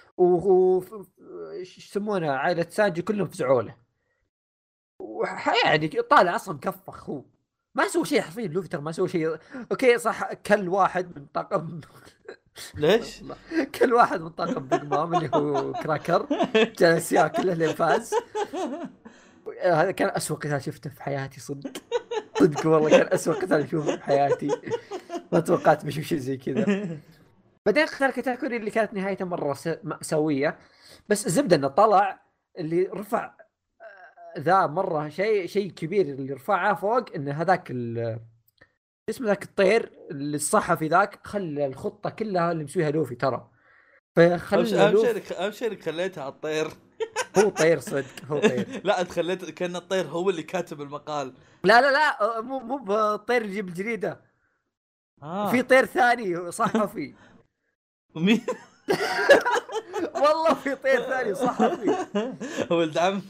ايش يسمونه عائله سانجي كلهم فزعوا له. يعني طالع اصلا مكفخ هو. ما سوى شيء حرفيا لوفي ترى ما سوى شيء. اوكي صح كل واحد من طاقم ليش؟ كل واحد من طاقم بيج مام اللي هو كراكر جالس ياكل لين فاز. هذا كان أسوأ قتال شفته في حياتي صدق. صدق والله كان أسوأ قتال شفته في حياتي. ما توقعت بشوف شيء زي كذا. بعدين قتال كتاكوري اللي كانت نهايته مرة مأساوية. بس الزبدة انه طلع اللي رفع ذا مرة شيء كبير اللي رفعه فوق، انه هذاك اسمه ذاك الطير اللي الصحفي ذاك خلى الخطة كلها اللي مسويها لوفي ترى. فخلى اهم شيء انك خليتها على الطير. هو طير صدق هو طير. لا انت خليت كان الطير هو اللي كاتب المقال. لا مو بالطير يجيب الجريدة. في طير ثاني صحفي. مين؟ والله في طير ثاني صحفي. ولد عم.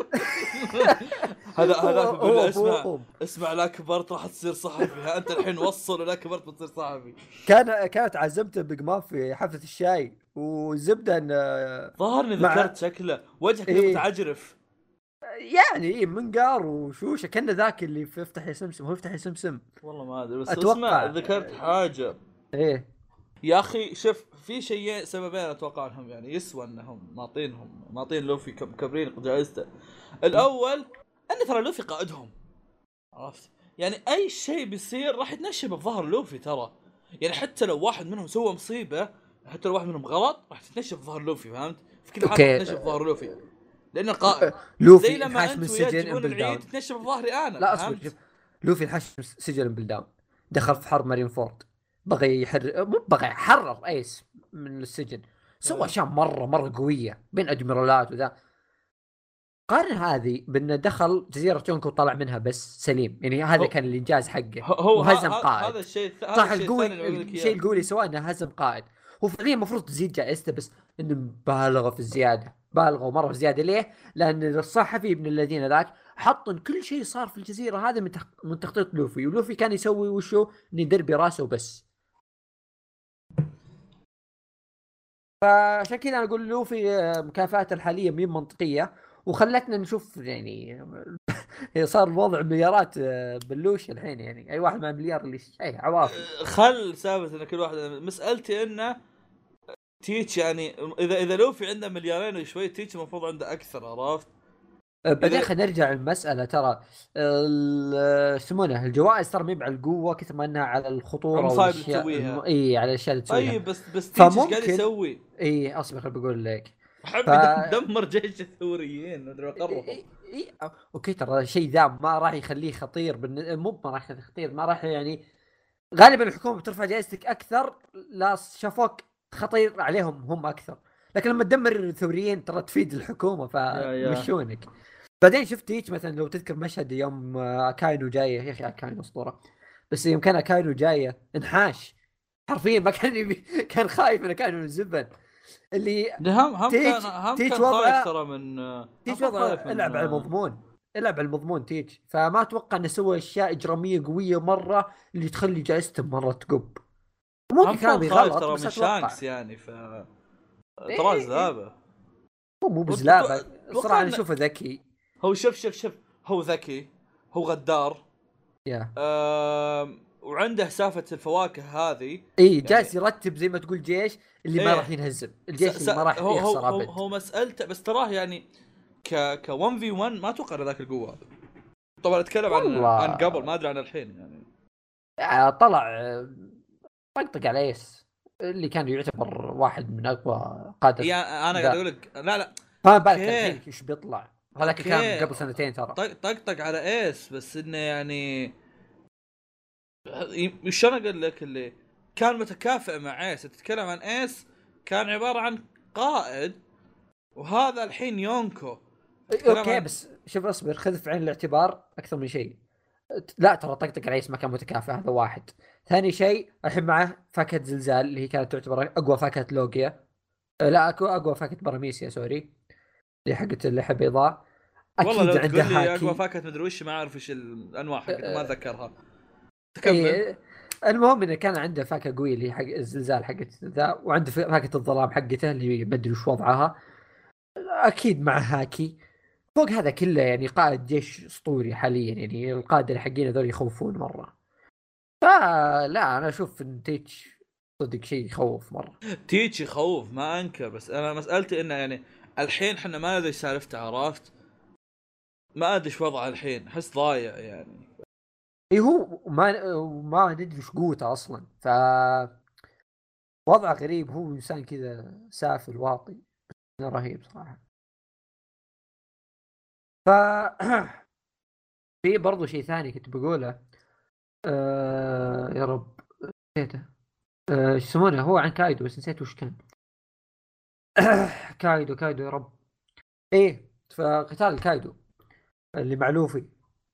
هذا يقول اسمع لا كبرت راح تصير صحفي، انت الحين وصل ولا كبرت بتصير صحفي. كانت عزمته بيج ماف في حفلة الشاي وزبدة ان ظهرني ذكرت شكله وجهه كذا متعجرف يعني منقار وشوشه كأنه ذاك اللي في افتح يا سمسم. هو افتح يا سمسم والله ما ادري، بس أتوقع. اسمع ذكرت حاجه ايه يا اخي. شوف في شيئين سببين اتوقع انهم يعني يسوى انهم ماطين لوفي كبرين جائزته. الاول ان ترى لوفي قائدهم، عرفت؟ يعني اي شيء بيصير راح يتنشب بظهر لوفي ترى. يعني حتى لو واحد منهم سوى مصيبه، حتى لو واحد منهم غلط راح تتنشب بظهر لوفي، فهمت؟ في كل حاله تتنشب بظهر لوفي لانه قائد. لوفي زي لما انت ويا تجيبون العيد تتنشب بظهري انا. لا اصبر شوف. لوفي الحش سجن بلداون، دخل في حرب مارين فورد، بغى يحرر ايس من السجن، سوى اشياء مره قويه بين ادميرالات وذا. قارن هذه بانه دخل جزيره يونكو وطلع منها بس سليم، يعني هذا كان الانجاز حقه. هو وهزم قائد. هذا الشيء صح الشيء القوي سواء انه هزم قائد. هو فعليا المفروض تزيد جائزته، بس انه بالغوا في الزياده، بالغوا مره في زياده. ليه؟ لان الصحفي ابن الذين ذاك حط إن كل شيء صار في الجزيره هذا من تخطيط لوفي، ولوفي كان يسوي وشو انه يدير براسه بس. فعشان كذا انا اقول لوفي مكافاته الحاليه مين منطقيه، وخلتنا نشوف يعني صار الوضع مليارات بلوش الحين. يعني اي واحد مع مليار اللي شيء عواطف. خل ثابت ان كل واحد مسألتي انه تيتش يعني اذا لوفي عنده مليارين وشوي، تيتش المفروض عنده اكثر، عرفت؟ بعدين خلينا نرجع للمسألة. ترى يسمونها الجوائز ترى مي على القوة كثر ما انها على الخطورة المصايب اللي والاشياء تسويها. اي على الاشياء اللي تسويها. طيب بس تيج ايش قاعد فممكن يسوي؟ اي اصبر بقول لك. حب دمر جيش الثوريين ودري قربوا. اوكي ترى شيء ذا ما راح يخليه خطير مو ما راح يخليه خطير، ما راح يعني غالبا الحكومة بترفع جائزتك اكثر لا شافوك خطير عليهم هم اكثر. لكن لما تدمر الثوريين ترى تفيد الحكومة فيمشونك. بعدين شفت هيك مثلا لو تذكر مشهد يوم كاينو جايه، يا اخي كاينو اسطوره، بس يوم كان كاينو جايه انحاش حرفيا، ما كان كان خايف من كاينو الزبن اللي هم كان خايف ترى من تيج وضع. العب على المضمون، العب على المضمون تيج. فما اتوقع انه سوى اشياء اجراميه قويه مره اللي تخلي جائزته مره تقب. ممكن كان بيغلط ترى بس من اتوقع شانكس يعني ترى زلابه. هو مو بزلابه صراحه، انا اشوفه ذكي. هو شوف هو ذكي، هو غدار وعنده سالفه الفواكه هذه. اي جالس يعني يرتب زي ما تقول جيش اللي ما راح ينهزم، الجيش اللي ما راح يخسر ابد. هو مسألته بس تراه يعني ك 1 في 1 ما اتوقع ذاك القوه. طبعا اتكلم عن قبل، ما ادري عن الحين يعني. طلع طقطق على ايس اللي كان يعتبر واحد من اقوى قادة. يعني انا قاعد اقول لك لا ما بالك الحين ايش بيطلع. هذاك كان قبل سنتين ترى. طقطق على ايس بس انه يعني شلون اقول لك اللي كان متكافئ مع ايس. تتكلم عن ايس كان عباره عن قائد، وهذا الحين يونكو. اوكي بس شوف اصبر، خذ في عين الاعتبار اكثر من شيء. لا ترى طقطق على ايس ما كان متكافئ، هذا واحد. ثاني شيء الحين معه فاكهه زلزال اللي هي كانت تعتبر اقوى فاكهه لوجيا. لا اقوى فاكهه براميسيا سوري، اللي حقت اللحى بيضاء. اكيد والله لو عنده تقول لي هاكي. اقوى فاكهه مدري وش، ما اعرف ايش الانواع حقتها، ما اتذكرها. تكمل. إيه المهم انه كان عنده فاكهه قويه اللي حق الزلزال حقت ذا، وعنده فاكهه الظلام حقته اللي ما ادري وش وضعها. اكيد مع هاكي. فوق هذا كله يعني قائد جيش اسطوري حاليا، يعني القاده حقين هذول يخوفون مره. فلا انا اشوف ان تيتش صدق شيء يخوف مره. تيتش يخوف ما انكر، بس انا مسالتي انه يعني الحين احنا ما ندري سالفته، عرفت؟ ما ادري ايش وضعه الحين، احس ضايع يعني. اي هو ما ندري ايش قوته اصلا. ف وضعه غريب، هو انسان كذا سافل واطي رهيب صراحه. ف في برضو شيء ثاني كنت بقوله. يا رب نسيته. ايش يسمونه هو عن كايدو بس نسيت وش كان. كايدو يا رب. ايه فقتال الكايدو اللي مع لوفي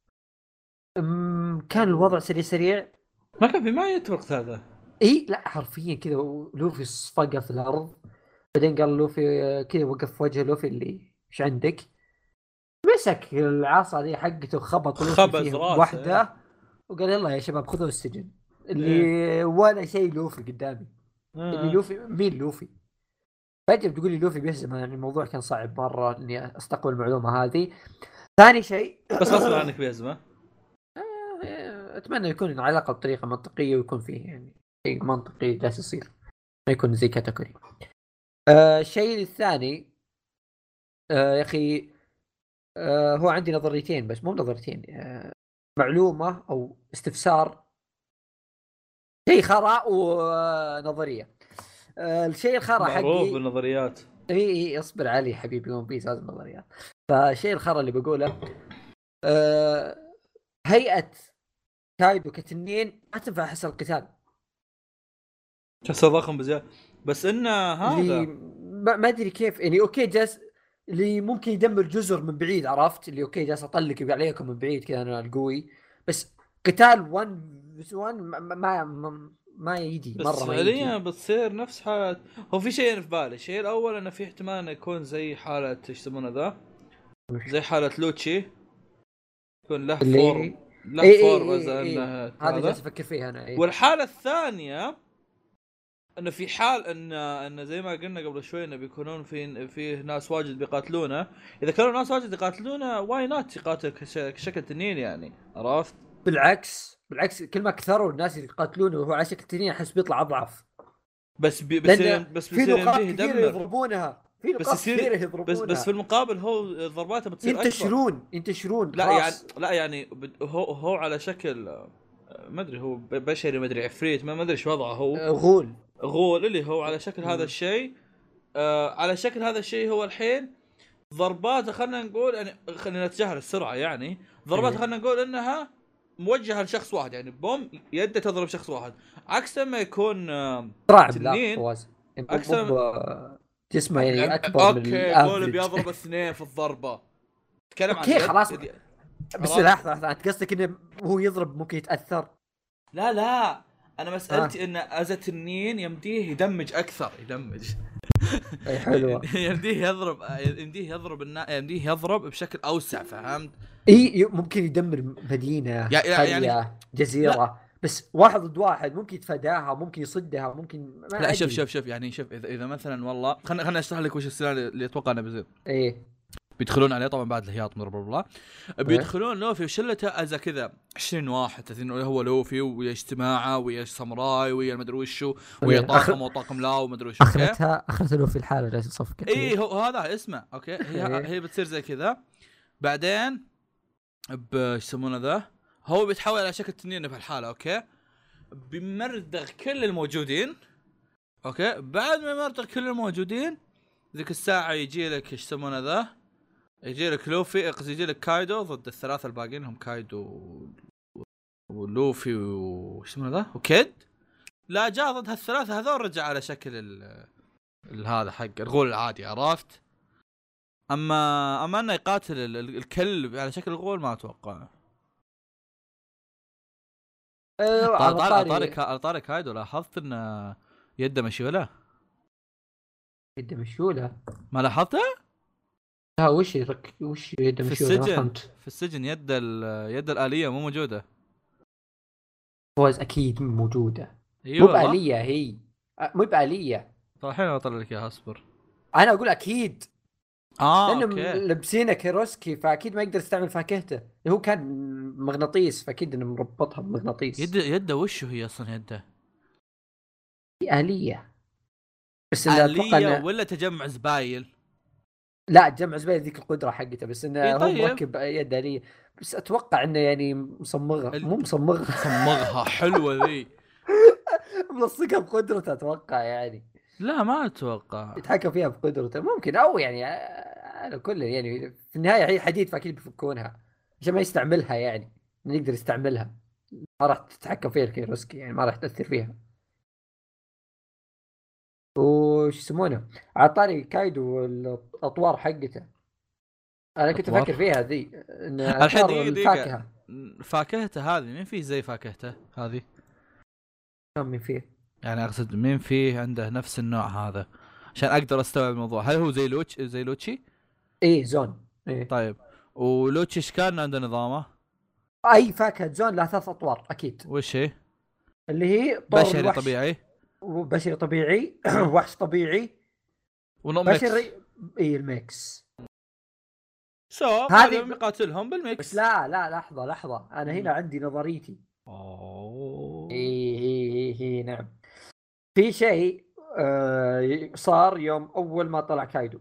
كان الوضع سريع. ما كان في ما يتوقع هذا. اي لا حرفيا كذا لوفي صفقه في الارض. بعدين قال لوفي كذا وقف في وجه لوفي اللي ايش عندك، مسك العصا دي حقته وخبط لوفي فيه واحده وقال يلا يا شباب خذوا السجن. اللي ولا شيء لوفي قدامي. اللي لوفي مين لوفي؟ فجأة بتقول لي لوفي بيهزم، يعني الموضوع كان صعب مرة اني استقبل المعلومة هذه. ثاني شيء بس غصب عنك بيهزمه. اتمنى يكون على الاقل بطريقة منطقية ويكون فيه يعني شيء منطقي جالس يصير، ما يكون زي كاتاكوري. الشيء الثاني يا اخي هو عندي نظريتين بس مو نظريتين، معلومة او استفسار، شيء خراء ونظرية. الشيء الخرا حقي معروف بالنظريات. اي اصبر علي حبيبي، ون بيس لازم نظريات. فالشيء الخرا اللي بقوله هيئة كايدو كتنين ما تنفع حصل القتال، تحسه ضخم بزيادة. بس انه هذا ما ادري كيف يعني. اوكي جالس اللي ممكن يدمر جزر من بعيد، عرفت اللي اوكي جالس اطلق عليكم من بعيد كذا انا القوي، بس قتال 1 ما يجي مره. ما فعليا بتصير نفس حالة. هو في شيء في بالي. الشيء الاول انه في احتمال انه يكون زي حالة ايش يسمونه ذا، زي حالة لوتشي، يكون له فورم بس انه هذا جالس افكر فيها انا. والحالة الثانية انه في حال انه زي ما قلنا قبل شوي انه بيكونون في ناس واجد بيقاتلونه. اذا كانوا ناس واجد يقاتلونه واي نات يقاتل كشكل تنين يعني، عرفت؟ بالعكس كل ما كثروا الناس اللي يقاتلونه وهو على شكل تنين احس بيطلع اضعف. بس في نقاط كثير يضربونها في نقاط كثيره يضربونها، بس في المقابل هو ضرباته بتصير اكبر. ينتشرون لا يعني هو على شكل ما ادري، هو بشري ما ادري عفريت ما ادري ايش وضعه هو. غول اللي هو على شكل هذا الشيء. على شكل هذا الشيء هو الحين ضرباته خلينا نقول يعني خلينا نتجاهل السرعه، يعني ضرباته خلينا نقول انها موجهه لشخص واحد، يعني بوم يده تضرب شخص واحد، عكس ما يكون تنين عكس جسمه يعني اكبر من الافرج. غول بيضرب اثنين في الضربه. تكلم عن خلاص بس لحظه انت قصدك انه هو يضرب ممكن يتاثر؟ لا انا مسالتي ان از تنين يمديه يدمج اكثر، يدمج اي حلوه يمديه يضرب بشكل اوسع، فهمت؟ اي ممكن يدمر مدينه يعني جزيره لا. بس واحد ضد واحد ممكن يتفاداها، ممكن يصدها، ممكن ما لا شوف يعني شوف اذا مثلا والله خلينا اشرح لك وش السلاح اللي اتوقع انه بيصير. بيدخلون عليه طبعا بعد الهياط من بلا بيدخلون لوفي وشلته ازا كذا 20 واحد 30، هو لوفي ويا اجتماعه ويا ساموراي ويا ما ادري وشو ويا طاقم وطاقم لا وما ادري وشو. اخرتها لوفي الحاله جالس يصفق. هو هذا اسمه اوكي. هي بتصير زي كذا. بعدين ايش يسمونه ذا، هو بيتحول على شكل تنين في الحاله اوكي، بيمردغ كل الموجودين اوكي. بعد ما يمردغ كل الموجودين ذيك الساعه يجي لك ايش يسمونه ذا، يجي لك لوفي، يجي لك كايدو ضد الثلاثه الباقيين، هم كايدو ولوفي وش اسمه ذا وكيد. لا جاء ضد هالثلاثه هذول رجع على شكل هذا حق الغول العادي، عرفت؟ اما انه يقاتل الكلب على شكل الغول ما اتوقع. على طارق كايدو لاحظت ان يده مشيوله. ما لاحظته؟ لا وش يده مشيوله؟ في السجن يد الآلية مو موجودة. فوز اكيد موجودة. مو بآلية، هي مو بآلية. طيب الحين اطلع لك اياها اصبر. انا اقول اكيد لانهم اوكي لبسينه كيروسكي، فاكيد ما يقدر يستعمل فاكهته. هو كان مغناطيس فاكيد انه مربطها بمغناطيس. يده وش هي اصلا يده؟ آلية. بس آلية ولا تجمع زبايل؟ لا تجمع زبايل ذيك القدرة حقته، بس انه هو طيب. مركب يد آلية. بس اتوقع انه يعني مصمغها مو مصمغها حلوة ذي ملصقها بقدرته اتوقع يعني. لا ما اتوقع يتحكم فيها بقدرته ممكن، او يعني على كل يعني في النهايه هي حديد فاكيد بيفكونها عشان ما يستعملها، يعني ما يقدر يستعملها، ما راح تتحكم فيها الكيروسكي، يعني ما راح تاثر فيها. وش يسمونه على طاري كايدو الاطوار حقته، انا كنت افكر فيها ذي ان الفاكهه فاكهته هذه مين فيه زي فاكهته هذه؟ مين فيه يعني اقصد مين فيه عنده نفس النوع هذا عشان اقدر استوعب الموضوع. هل هو زي لوتشي؟ ايه زون إيه. طيب ولوتشي ايش كان عنده نظامه؟ اي فاكهه زون لها 3 اطوار اكيد. وش هي؟ اللي هي بشري طبيعي وبشري طبيعي وحش طبيعي بشري اي الميكس. هذا يقاتلهم بالميكس. بس لا لحظه انا هنا عندي نظريتي. ايه نعم. في شيء صار يوم اول ما طلع كايدو.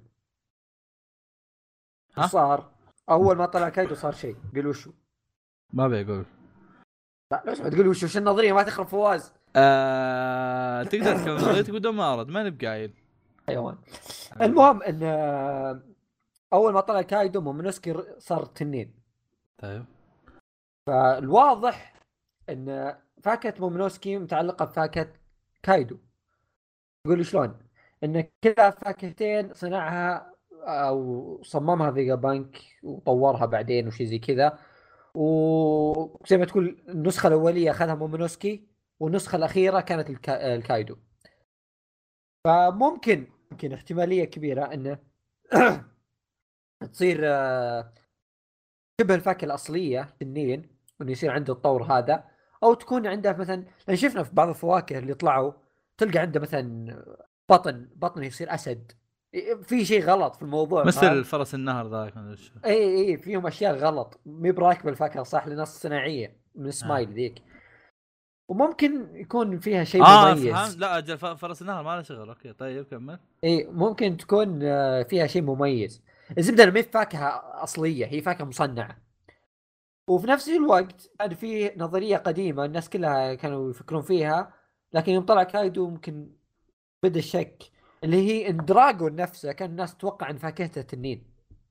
صار اول ما طلع كايدو صار شيء. قول وشو؟ ما بيقول. لا ليش ما تقول وشو النظريه ما تخرب فواز. تقدر تكمل نظريتك بدون ما ارد، ما نبقى قايل حيوان. المهم ان اول ما طلع كايدو مومونوسكي صار تنين. طيب فالواضح ان فاكهه مومونوسكي متعلقه بفاكهه كايدو. تقول شلون؟ ان كذا فاكهتين صنعها او صممها فيجا بانك وطورها بعدين وشي زي كذا، وزي ما تقول النسخه الاوليه اخذها مومونوسكي والنسخه الاخيره كانت الكايدو. فممكن احتماليه كبيره انه تصير شبه الفاكهه الاصليه تنين وانه يصير عنده الطور هذا، او تكون عنده مثلا لان شفنا في بعض الفواكه اللي طلعوا تلقى عنده مثلا بطن يصير اسد. في شيء غلط في الموضوع مثل فرس النهر ذاك. اي فيهم اشياء غلط، مي براكبه الفاكهه صح لنص صناعيه من سمايل ذيك. وممكن يكون فيها شيء مميز. فهمت. لا اجل فرس النهر ما له شغل. اوكي طيب كمل. اي ممكن تكون فيها شيء مميز. الزبده ما هي فاكهه اصليه، هي فاكهه مصنعه. وفي نفس الوقت كان في نظريه قديمه الناس كلها كانوا يفكرون فيها، لكن يوم طلع كايدو ممكن بدا الشك، اللي هي ان دراجون نفسه كان الناس تتوقع ان فاكهته تنين.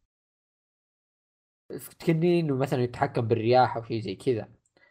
تنين ومثلا يتحكم بالرياح او شيء زي كذا.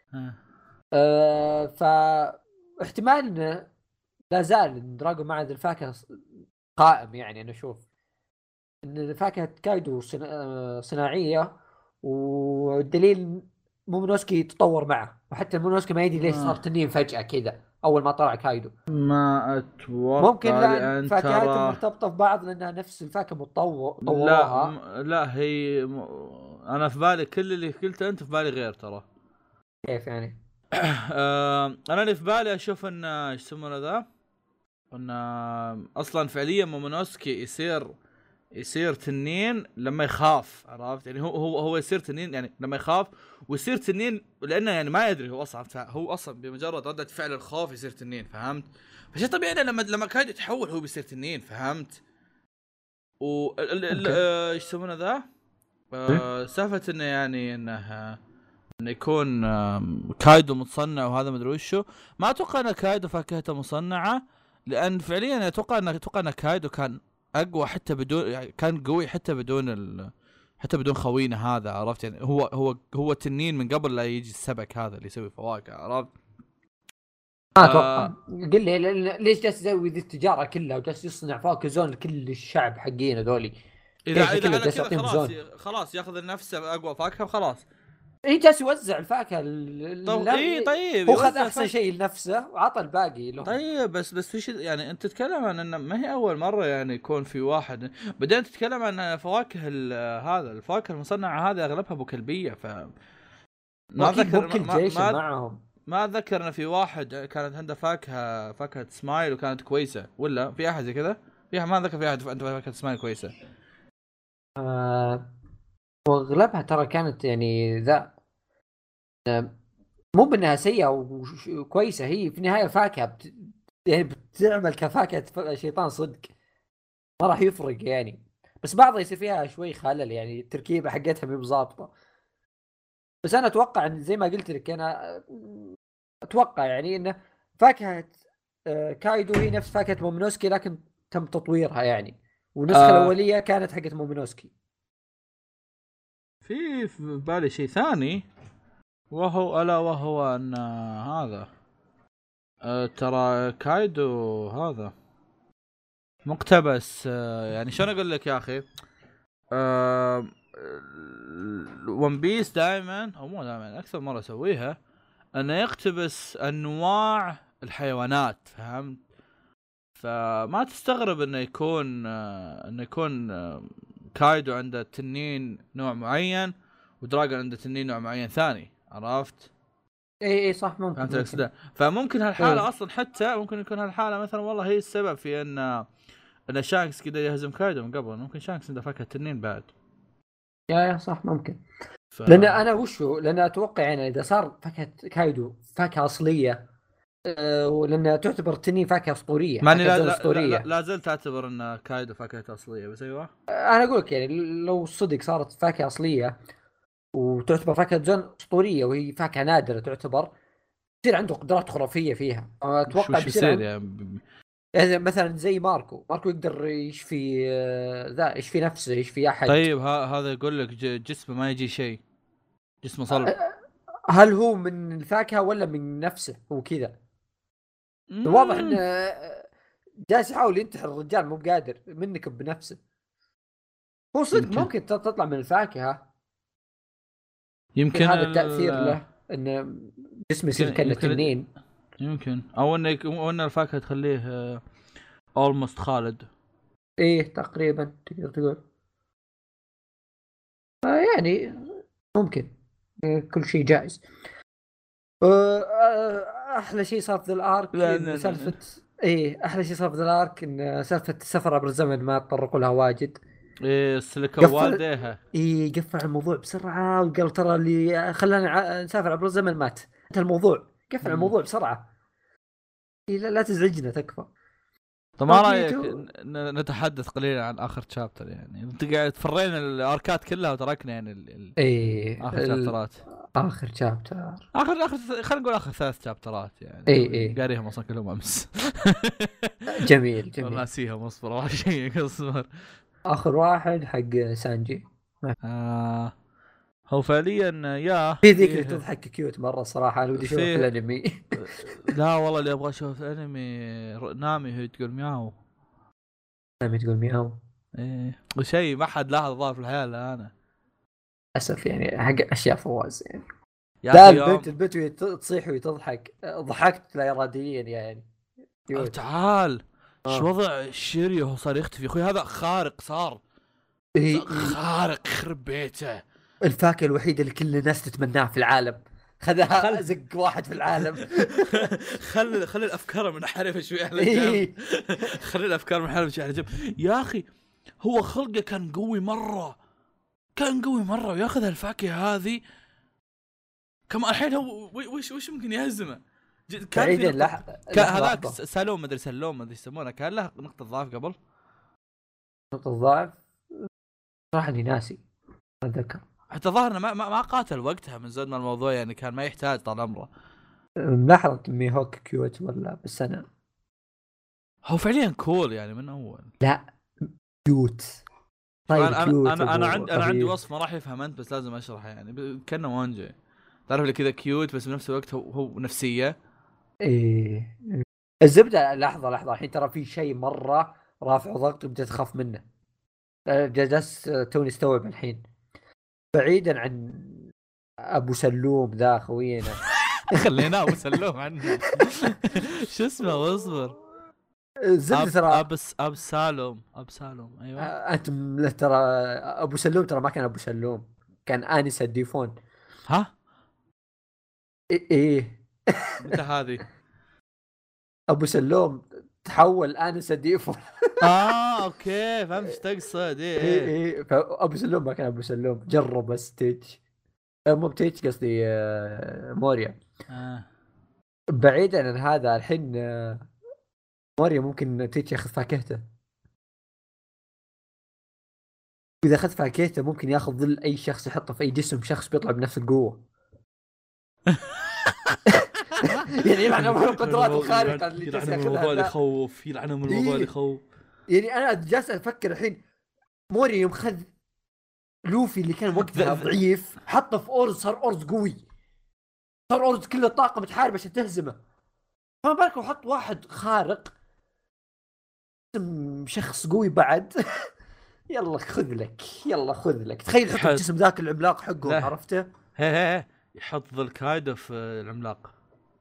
فاحتمال انه لا زال ان دراجون مع الفاكهه قائم. يعني انا اشوف ان فاكهه كايدو صناعيه، والدليل مومونوسكي تطور معه، وحتى مومونوسكي ما يدري ليش صار تنين فجاه كذا اول ما طلع كايدو. ما اتوقع ممكن لان لان فاكهتهم ترى مرتبطه ببعض لانها نفس الفاكهه لا طوروها. لا هي انا في بالي كل اللي قلته انت في بالي غير ترى. كيف يعني؟ انا اللي في بالي اشوف ان ايش يسمونه ذا، ان اصلا فعليا مومونوسكي يصير تنين لما يخاف، عرفت يعني هو يصير تنين يعني لما يخاف، ويصير تنين لانه يعني ما يدري هو اصلا بمجرد ردة فعل الخوف يصير تنين، فهمت؟ فشيء طبيعي انه لما كاد يتحول هو بيصير تنين، فهمت؟ و ايش يسمونه ذا سالفه انه يعني انه يكون كايدو متصنع وهذا ما ادري وشو. ما اتوقع ان كايدو فاكهته مصنعه، لان فعليا اتوقع ان كايدو كان اقوى حتى بدون، يعني كان قوي حتى بدون حتى بدون خوينه هذا، عرفت يعني هو تنين من قبل لا يجي السبك هذا اللي يسوي فواكه، عرفت؟ ما اتوقع. قل لي ليش جالس يسوي ذي التجاره كلها وجالس يصنع فاكهه زون لكل الشعب حقين هذولي؟ اذا كله على جالس كذا يعطيهم زون. خلاص ياخذ لنفسه اقوى فاكهه وخلاص. اي جالس يوزع الفاكهه طب طيب هو خذ يوزع احسن شيء لنفسه وعطى الباقي لهم. طيب بس في شيء يعني انت تتكلم عن انه ما هي اول مره يعني يكون في واحد، بعدين تتكلم عن فواكه هذا الفواكه المصنعه هذه اغلبها ابو كلبيه، ف ما اكيد ذكر مو كل جيش معهم. ما ذكر ان في واحد كانت عنده فاكهه سمايل وكانت كويسه، ولا في احد زي كذا؟ فيها ما ذكر في احد عنده فاكهه سمايل كويسه. واغلبها ترى كانت يعني ذا مو بانها سيئه وكويسه، هي في النهايه فاكهه يعني بتعمل كفاكهه شيطان صدق، ما راح يفرق يعني. بس بعضها يصير فيها شوي خلل، يعني التركيبه حقتها مو بظابطه. بس انا اتوقع ان زي ما قلت لك، انا اتوقع يعني انه فاكهه كايدو هي نفس فاكهه مومونوسكي، لكن تم تطويرها يعني، والنسخه الاوليه كانت حقت مومونوسكي. في بالي شيء ثاني، وهو ان هذا ترى كايدو هذا مقتبس. يعني شلون اقول لك يا اخي، ون بيس دائما او مو دائما اكثر مره اسويها انه يقتبس انواع الحيوانات، فهمت؟ فما تستغرب انه يكون كايدو عنده تنين نوع معين ودراجون عنده تنين نوع معين ثاني، عرفت؟ اي صح ممكن. فهمت. فممكن هالحاله اصلا حتى ممكن يكون هالحاله مثلا والله هي السبب في ان شانكس كذا يهزم كايدو من قبل. ممكن شانكس عنده فاكهه تنين بعد. يا صح ممكن. لان انا لان اتوقع يعني اذا صار فاكهه كايدو فاكهه اصليه، ولانها تعتبر تنين فاكهه اسطوريه، ماني فاكهه اسطوريه. لا زلت اعتبر ان كايدو فاكهه اصليه، بس ايوه انا اقول لك يعني لو صدق صارت فاكهه اصليه وتعتبر فاكهه زون اسطوريه وهي فاكهه نادره تعتبر، يصير عنده قدرات خرافيه فيها. اتوقع وش بيصير يصير يعني مثلا زي ماركو يقدر يشفي ذا يشفي نفسه يشفي احد. طيب هذا يقول لك جسمه ما يجي شيء، جسمه صلب. هل هو من الفاكهه ولا من نفسه هو كذا؟ واضح انه جالس يحاول ينتحر الرجال مو بقادر منك بنفسه. هو صدق ممكن تطلع من الفاكهه، يمكن هذا التاثير له ان جسمه يصير كانه تنين. يمكن او ان الفاكهه تخليه اولموست خالد. ايه تقريبا تقدر تقول. يعني ممكن كل شيء جائز. احلى شيء صار في الارك ان سالفه ايه احلى شيء صار في الارك ان سالفه السفر عبر الزمن ما تطرقوا لها واجد. ايه سلكوا والديها. ايه قفل الموضوع بسرعه وقال ترى اللي خلانا نسافر عبر الزمن مات. انت الموضوع قفل الموضوع بسرعه. لا تزعجنا تكفى. طب ما رايك نتحدث قليلا عن اخر شابتر؟ يعني انت قاعد تفرينا الاركات كلها وتركنا يعني اخر شابترات. اخر شابتر خلينا نقول اخر 3 شابترات يعني. اي قاريهم اصلا كلهم امس. جميل ناسيهم. اصبر ولا شيء. اصبر. اخر واحد حق سانجي. هو فعليا يا في ذيك اللي تضحك كيوت مره صراحه. انا ودي اشوفها في الانمي. لا والله اللي ابغى اشوف الانمي نامي هي تقول مياو. نامي تقول مياو. ايه وشيء ما حد لاحظ ظاهر في الحياه الا انا اسف يعني حق اشياء فواز يعني. لا البنت وهي تصيح وتضحك ضحكت لا اراديا يعني. تعال شو وضع شيريو صار يختفي اخوي؟ هذا خارق صار. خارق يخرب بيته. الفاكهه الوحيده اللي كل الناس تتمناها في العالم خذها زق واحد في العالم. خلي الافكار منحرفه شوي على جنب. خلي الافكار منحرفه شوي على جنب يا اخي. هو خلقه كان قوي مره وياخذ الفاكهه هذه كمان. الحين هو وش ممكن يهزمه؟ كان في هذاك سالوم ما ادري يسمونه كان له نقطه ضعف قبل. نقطه ضعف صراحه اني ناسي اتذكر. حتى ظهرنا ما قاتل وقتها من زود ما الموضوع يعني كان ما يحتاج طال عمره. ملاحظة ميهوك كيوت ولا بس انا هو فعليا كول يعني من اول. لا كيوت. طيب انا عندي وصف ما راح يفهم انت بس لازم اشرحه يعني كانه وانجي تعرف اللي كذا كيوت بس بنفس الوقت هو نفسيه. ايه الزبده. لحظه الحين ترى في شيء مره رافع ضغط وبدأت تخاف منه. جلست توني استوعب الحين. بعيدا عن ابو سلوم ذا خوينا. خليناه ابو سلوم عنه. شو اسمه واصبر. الزبده ترى اب سالم ايوه. انت ترى ابو سلوم ترى ما كان ابو سلوم كان انس الديفون. ها ايه متى هذه؟ ابو سلوم تحول انس الديفون. اوكي فهمت ايش تقصد. ايه فابو سلوم ما كان ابو سلوم. جرب بس تيتش مو بتيتش قصدي موريا. بعيدا عن هذا الحين موريا ممكن تيتش ياخذ فاكهته. اذا اخذ فاكهته ممكن ياخذ ظل اي شخص يحطه في اي جسم شخص بيطلع بنفس القوه. يعني يلعن ابو القدرات الخارقه اللي جالس ياخذها. الموضوع اللي يخوف يلعنهم من الموضوع اللي يخوف. يعني انا جالس افكر الحين موريا يوم خذ لوفي اللي كان وقتها ضعيف حطه في اورز صار اورز قوي. صار اورز كله طاقه بتحارب عشان تهزمه. فما بالك وحط واحد خارق شخص قوي بعد. يلا خذ لك تخيل حط الجسم ذاك العملاق حقه عرفته. يحط ظل كايدو في العملاق.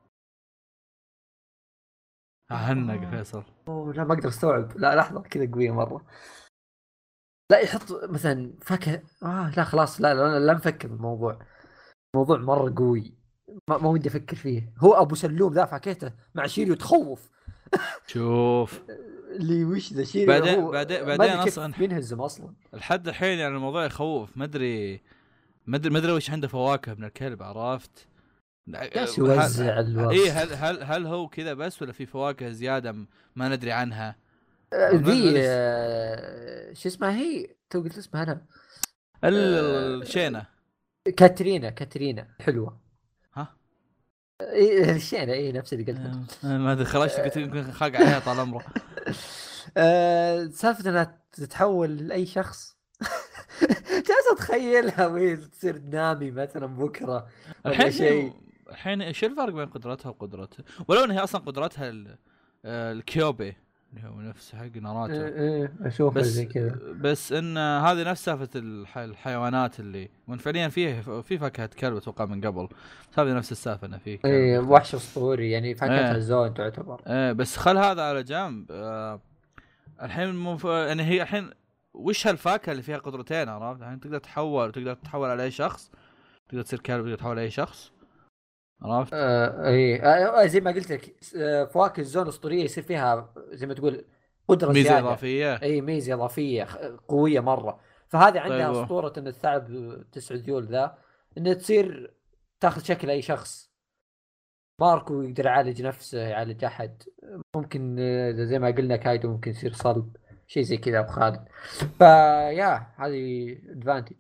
اهنق فيصل. لا ما اقدر استوعب. لا لحظه كذا قويه مره. لا يحط مثلا فاكهه. لا خلاص لا نفكر بالموضوع. موضوع مره قوي ما ودي افكر فيه. هو ابو سلوم ذا فاكهته مع شيريو تخوف. شوف اللي وش ذا شيريو. بعدين اصلا بينهزم اصلا لحد الحين يعني الموضوع يخوف. ما ادري وش عنده فواكه ابن الكلب عرفت. جالس يوزع الوقت. هل هو كذا بس ولا في فواكه زياده ما ندري عنها؟ ذي شو اسمها هي تو قلت اسمها انا الشينه كاترينا حلوه. ها الشينه ايه نفس اللي قلت. ما ادري خلاص قلت يمكن خاق عليها طال عمره. سالفه انها تتحول لاي شخص. جالس اتخيلها وهي تصير نامي مثلا بكره ولا شيء. الحين ايش الفرق بين قدرتها وقدرتها؟ ولو ان هي اصلا قدرتها الكيوبي اللي هو نفس حق ناروتو. اشوفه زي كذا. بس ان هذه نفس سالفه الحيوانات اللي فعليا في فاكهه كلب اتوقع من قبل. هذه نفس السالفه انه في وحش اسطوري يعني فاكهه الزون تعتبر. بس خل هذا على جنب. الحين يعني هي الحين وش هالفاكهه اللي فيها قدرتين عرفت؟ الحين تقدر تتحول على اي شخص. تقدر تصير كلب تقدر تتحول على اي شخص عرفت. زي ما قلت لك فواكه الزون اسطوريه يصير فيها زي ما تقول قدره ميزه زياده اضافيه. ميزه اضافيه قويه مره. فهذه عندها طيب. اسطوره ان الثعلب 9 ذيول ذا انه تصير تاخذ شكل اي شخص. ماركو يقدر يعالج نفسه، يعالج احد. ممكن زي ما قلنا كايدو ممكن يصير صلب، شيء زي كذا ابو خالد. فيا هذه ادفانتج.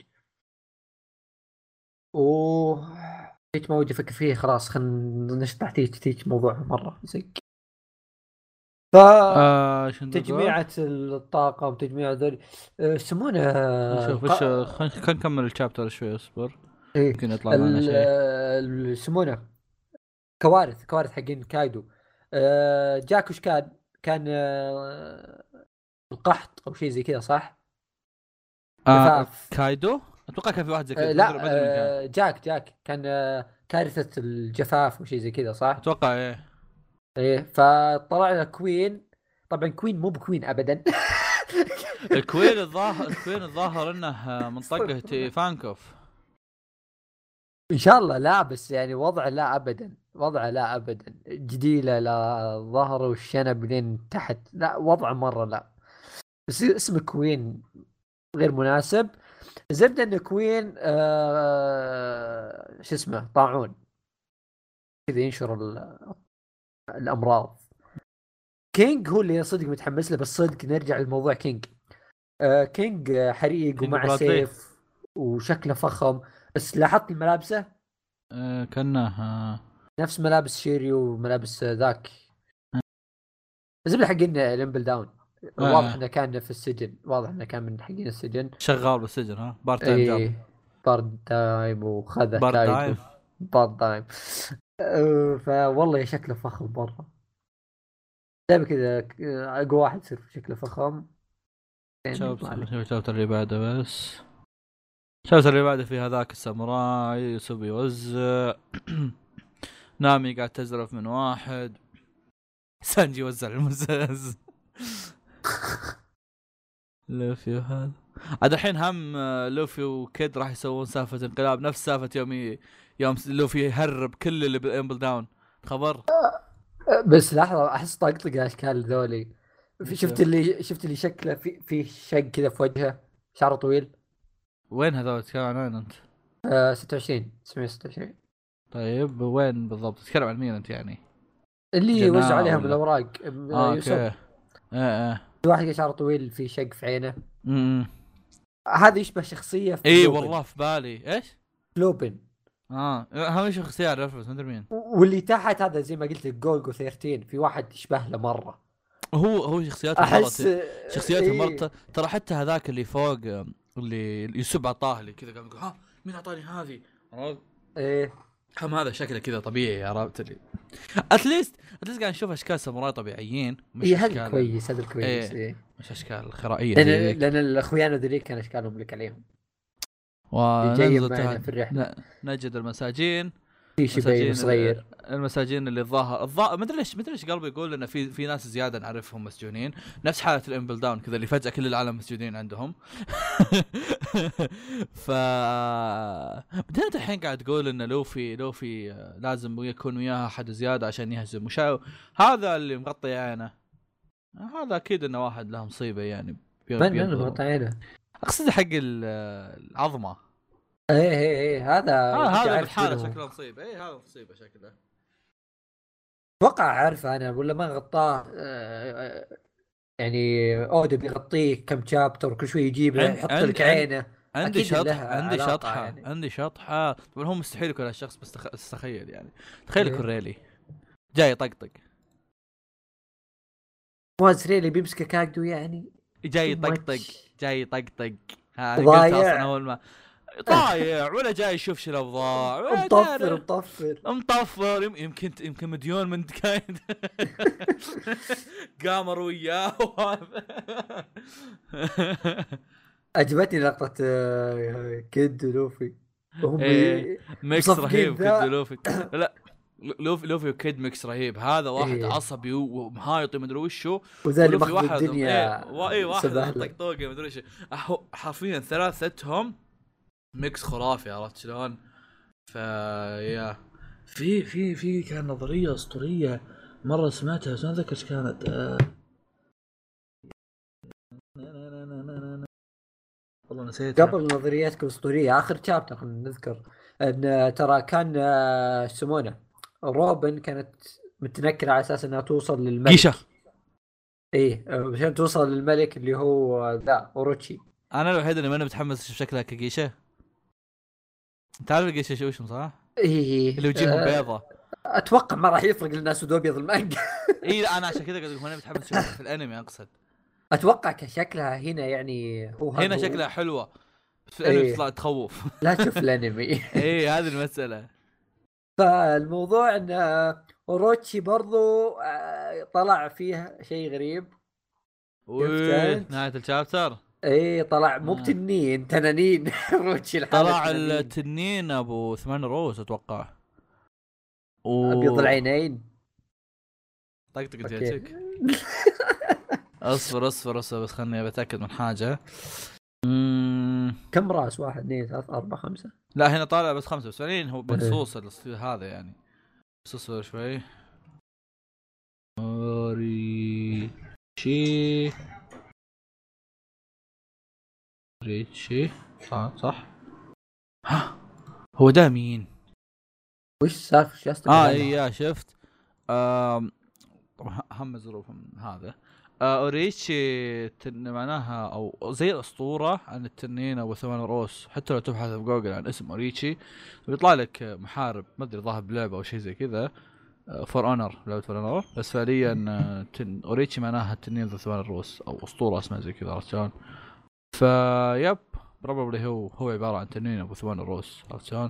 و تيج ما ودي افكر فيه، خلاص خلينا نشطح تيج موضوع مره زق. ف شنو تقول؟ تجميعة الطاقم، تجميع ذول يسمونه نشوف ايش، خلينا نكمل الشابتر شوي، اصبر ايه يمكن يطلع معنا شيء. يسمونه كوارث حقين كايدو. جاك وش كان القحط او شيء زي كذا صح؟ جفاف. كايدو اتوقع كان في واحد زي كذا، لا ما ادري من كان. جاك كان كارثة الجفاف وشيء زي كذا صح؟ اتوقع ايه. ايه فطلع لنا كوين. طبعا كوين مو بكوين ابدا. الكوين الظاهر انه منطقة فانكوف. ان شاء الله لا، بس يعني وضع لا ابدا، وضع لا ابدا، جديلة لا، ظهر والشنب لين تحت، لا وضع مرة لا. بس اسم كوين غير مناسب. زبدة ان كوين شو اسمه طاعون كذا ينشر الامراض. كينج هو اللي صدق متحمس له، بس صدق نرجع للموضوع كينج. كينج حريق كينج ومع برادلي. سيف وشكله فخم. بس لاحظت ملابسه كانه نفس ملابس شيريو وملابس ذاك الزبده حقين الامبل داون. واضح انه كان في السجن، واضح انه كان من حقين السجن. شغال بالسجن، بارت تايم جاب. ايه بارد تايم وخذ بارت كايدو. تايم. بارد تايم. فوالله شكله فخم مره. دائما كذا اقوى واحد يصير شكله فخم. يطلع لك. شوف الشابتر اللي بعده بس. الشابتر اللي بعده في هذاك الساموراي يوسف يوزع. نامي قاعد تزرف من واحد. سانجي يوزع المزاز. لوفي هذا عاد الحين هم لوفي وكيد راح يسوون سالفة انقلاب نفس سالفة يوم لوفي يهرب كل اللي بالامبل داون. خبر. بس لحظة أحس طقطقة أشكال ذولي. وش شفت اللي شكله في شق كذا في وجهه، شعره طويل. وين هذول تتكلم عن وين انت؟ 26 926. طيب وين بالضبط تتكلم عن مين انت يعني؟ اللي وزع جناء عليهم ولا؟ الأوراق اوكي. يوسف. ايه. في واحد شعره طويل في شق في عينه. امم هذا يشبه شخصية في اي لوبن. والله في بالي ايش؟ لوبن. هم شخصية اعرف بس ما ادري مين. واللي تحت هذا زي ما قلت جولجو 13، في واحد يشبه له مرة. هو شخصياتهم أحس مرة. شخصياتهم إيه. مرة. ترى حتى هذاك اللي فوق اللي يسب عطاه اللي كذا قام يقول مين اعطاني هذه. إيه هم هذا شكله كذا طبيعي، عرفت لي. اتليست قاعد نشوف اشكال ساموراي طبيعيين مش إيه هذا اشكال كويس، هذا الكويس ايه إيه. مش اشكال خرائيه لأن زي ذيك. لأن الأخويان ذوليك كان أشكالهم لك عليهم. جاي وننزل معنا تحت في الرحلة. نجد المساجين. في شبين صغير. المساجين اللي الظاهر ما ادري ليش قلبي يقول ان في ناس زياده نعرفهم مسجونين، نفس حاله الامبل داون كذا اللي فجاه كل العالم مسجونين عندهم. ف بدأت الحين قاعد تقول ان لوفي لازم يكون وياها حد زياده عشان يهزم وشاو. هذا اللي مغطي عينه، هذا اكيد انه واحد له مصيبه يعني. من مقطعينه؟ اقصد حق العظمه. ايه هذا ودي هذا اعرف بالحاله منه. شكله مصيبه. هذا مصيبه شكله. اتوقع عارفه انا ولا ما غطاه يعني اودا بيغطيه كم شابتر وكل شوي يجيبه عند يحط عند لك عند عينه. عندي اكيد شطحه لها عندي علاقه شطحه يعني. عندي شطحه طبعا هو مستحيل يكون هالشخص بس تخيل يعني. تخيل يكون إيه. ريلي جاي يطقطق. مواز ريلي بيمسك كاكدو يعني. جاي too يطقطق. much. جاي يطقطق. قلتها اصلا ضايع. اول ما ضايع ولا جاي يشوف شو الاوضاع ولا مطفر تعرف. مطفر. مطفر يمكن مديون من كايد. قامر وياه. عجبتني لقطه كيد ولوفي وهم ايه ميكس مصفقين رهيب كيد ذا. لوفي. لا لوفي وكيد ميكس رهيب. هذا واحد إيه. عصبي ومهايط مدري وشو. وذا اللي ولوفي ماخذ واحد الدنيا واحد سبهلة. طقطوقه مدري ايش. حرفيا ثلاثتهم ميكس خرافي، عرفت شلون؟ يا في كان نظريه اسطوريه مره سمعتها بس ما اتذكر ايش كانت. والله نسيتها. قبل نظرياتكم الاسطوريه اخر شابتر خلينا نذكر ان ترى كان يسمونه روبن كانت متنكرة على اساس انها توصل للملك. جيشة. ايه عشان توصل للملك اللي هو ذا اوروتشي. انا الوحيد اللي ماني متحمس اشوف شكلها كجيشة. انت عارف الجيشة شو اسمه صح؟ ايه اللي وجههم بيضة. اتوقع ما راح يفرق للناس سود ابيض المانجا. اي لا انا عشان كذا قاعد اقول ماني متحمس اشوفها في الانمي اقصد. اتوقع كشكلها هنا يعني هنا شكلها حلوة بس في الانمي إيه. تطلع تخوف. لا تشوف الانمي. اي هذه المسألة. فالموضوع ان اوروتشي برضو طلع فيه شيء غريب. شفت ويه انت؟ نهاية الشابتر. ايه طلع مو بتنين تنانين. اوروتشي الحالة طلع تنانين. التنين ابو 8 رؤوس اتوقع. ابيض العينين. طقطق اوكي. جاتك. اصبر بس خلني بتاكد من حاجه. كم راس؟ 1 2 3 4 5. لا هنا طالع بس 5 بس فعليا هو إيه. بنصوص هذا يعني. بس اصبر شوي. ريتشي صح. ها هو ده مين؟ وش سالفه شاست؟ اي يا شفت. طبعا اهم ظروف من هذا. اوريتشي معناها او زي الاسطوره عن التنين ابو 8 رؤوس. حتى لو تبحث في جوجل عن اسم اوريتشي بيطلع لك محارب ما ادري ظاهر بلعبه او شيء زي كذا. فور اونر لعبه فور اونر بس فعليا اوريتشي معناها التنين ذو 8 رؤوس او اسطوره اسمها زي كذا عرفت شلون. فيب بروبلي هو عباره عن تنين ابو 8 رؤوس عرفت شلون.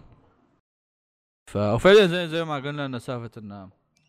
وفعليا زي ما قلنا ان سالفه ان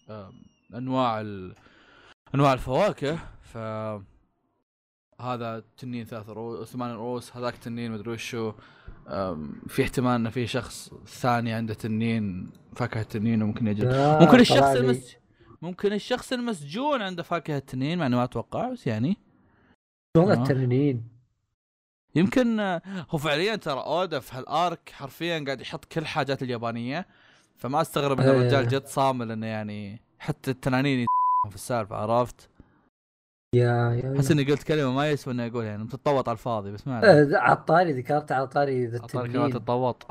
انواع الفواكه. ف هذا تنين 3 رؤوس 8 رؤوس هذاك تنين مدري وشو. في احتمال ان في شخص ثاني عنده تنين فاكهه التنين وممكن يجي ممكن الشخص المسجون عنده فاكهه التنين مع انه ما اتوقع بس يعني والله التنانين يمكن. هو فعليا ترى اودا في هالارك حرفيا قاعد يحط كل حاجات اليابانيه. فما استغرب ان الرجال جد صامل انه يعني حتى التنانين في السالفه عرفت. يا حس اني قلت كلمه ما يسوى اني اقولها يعني متطوط على الفاضي بس ما على الطاري ذكرت على طاري ذا التنين كلمه تتطوط.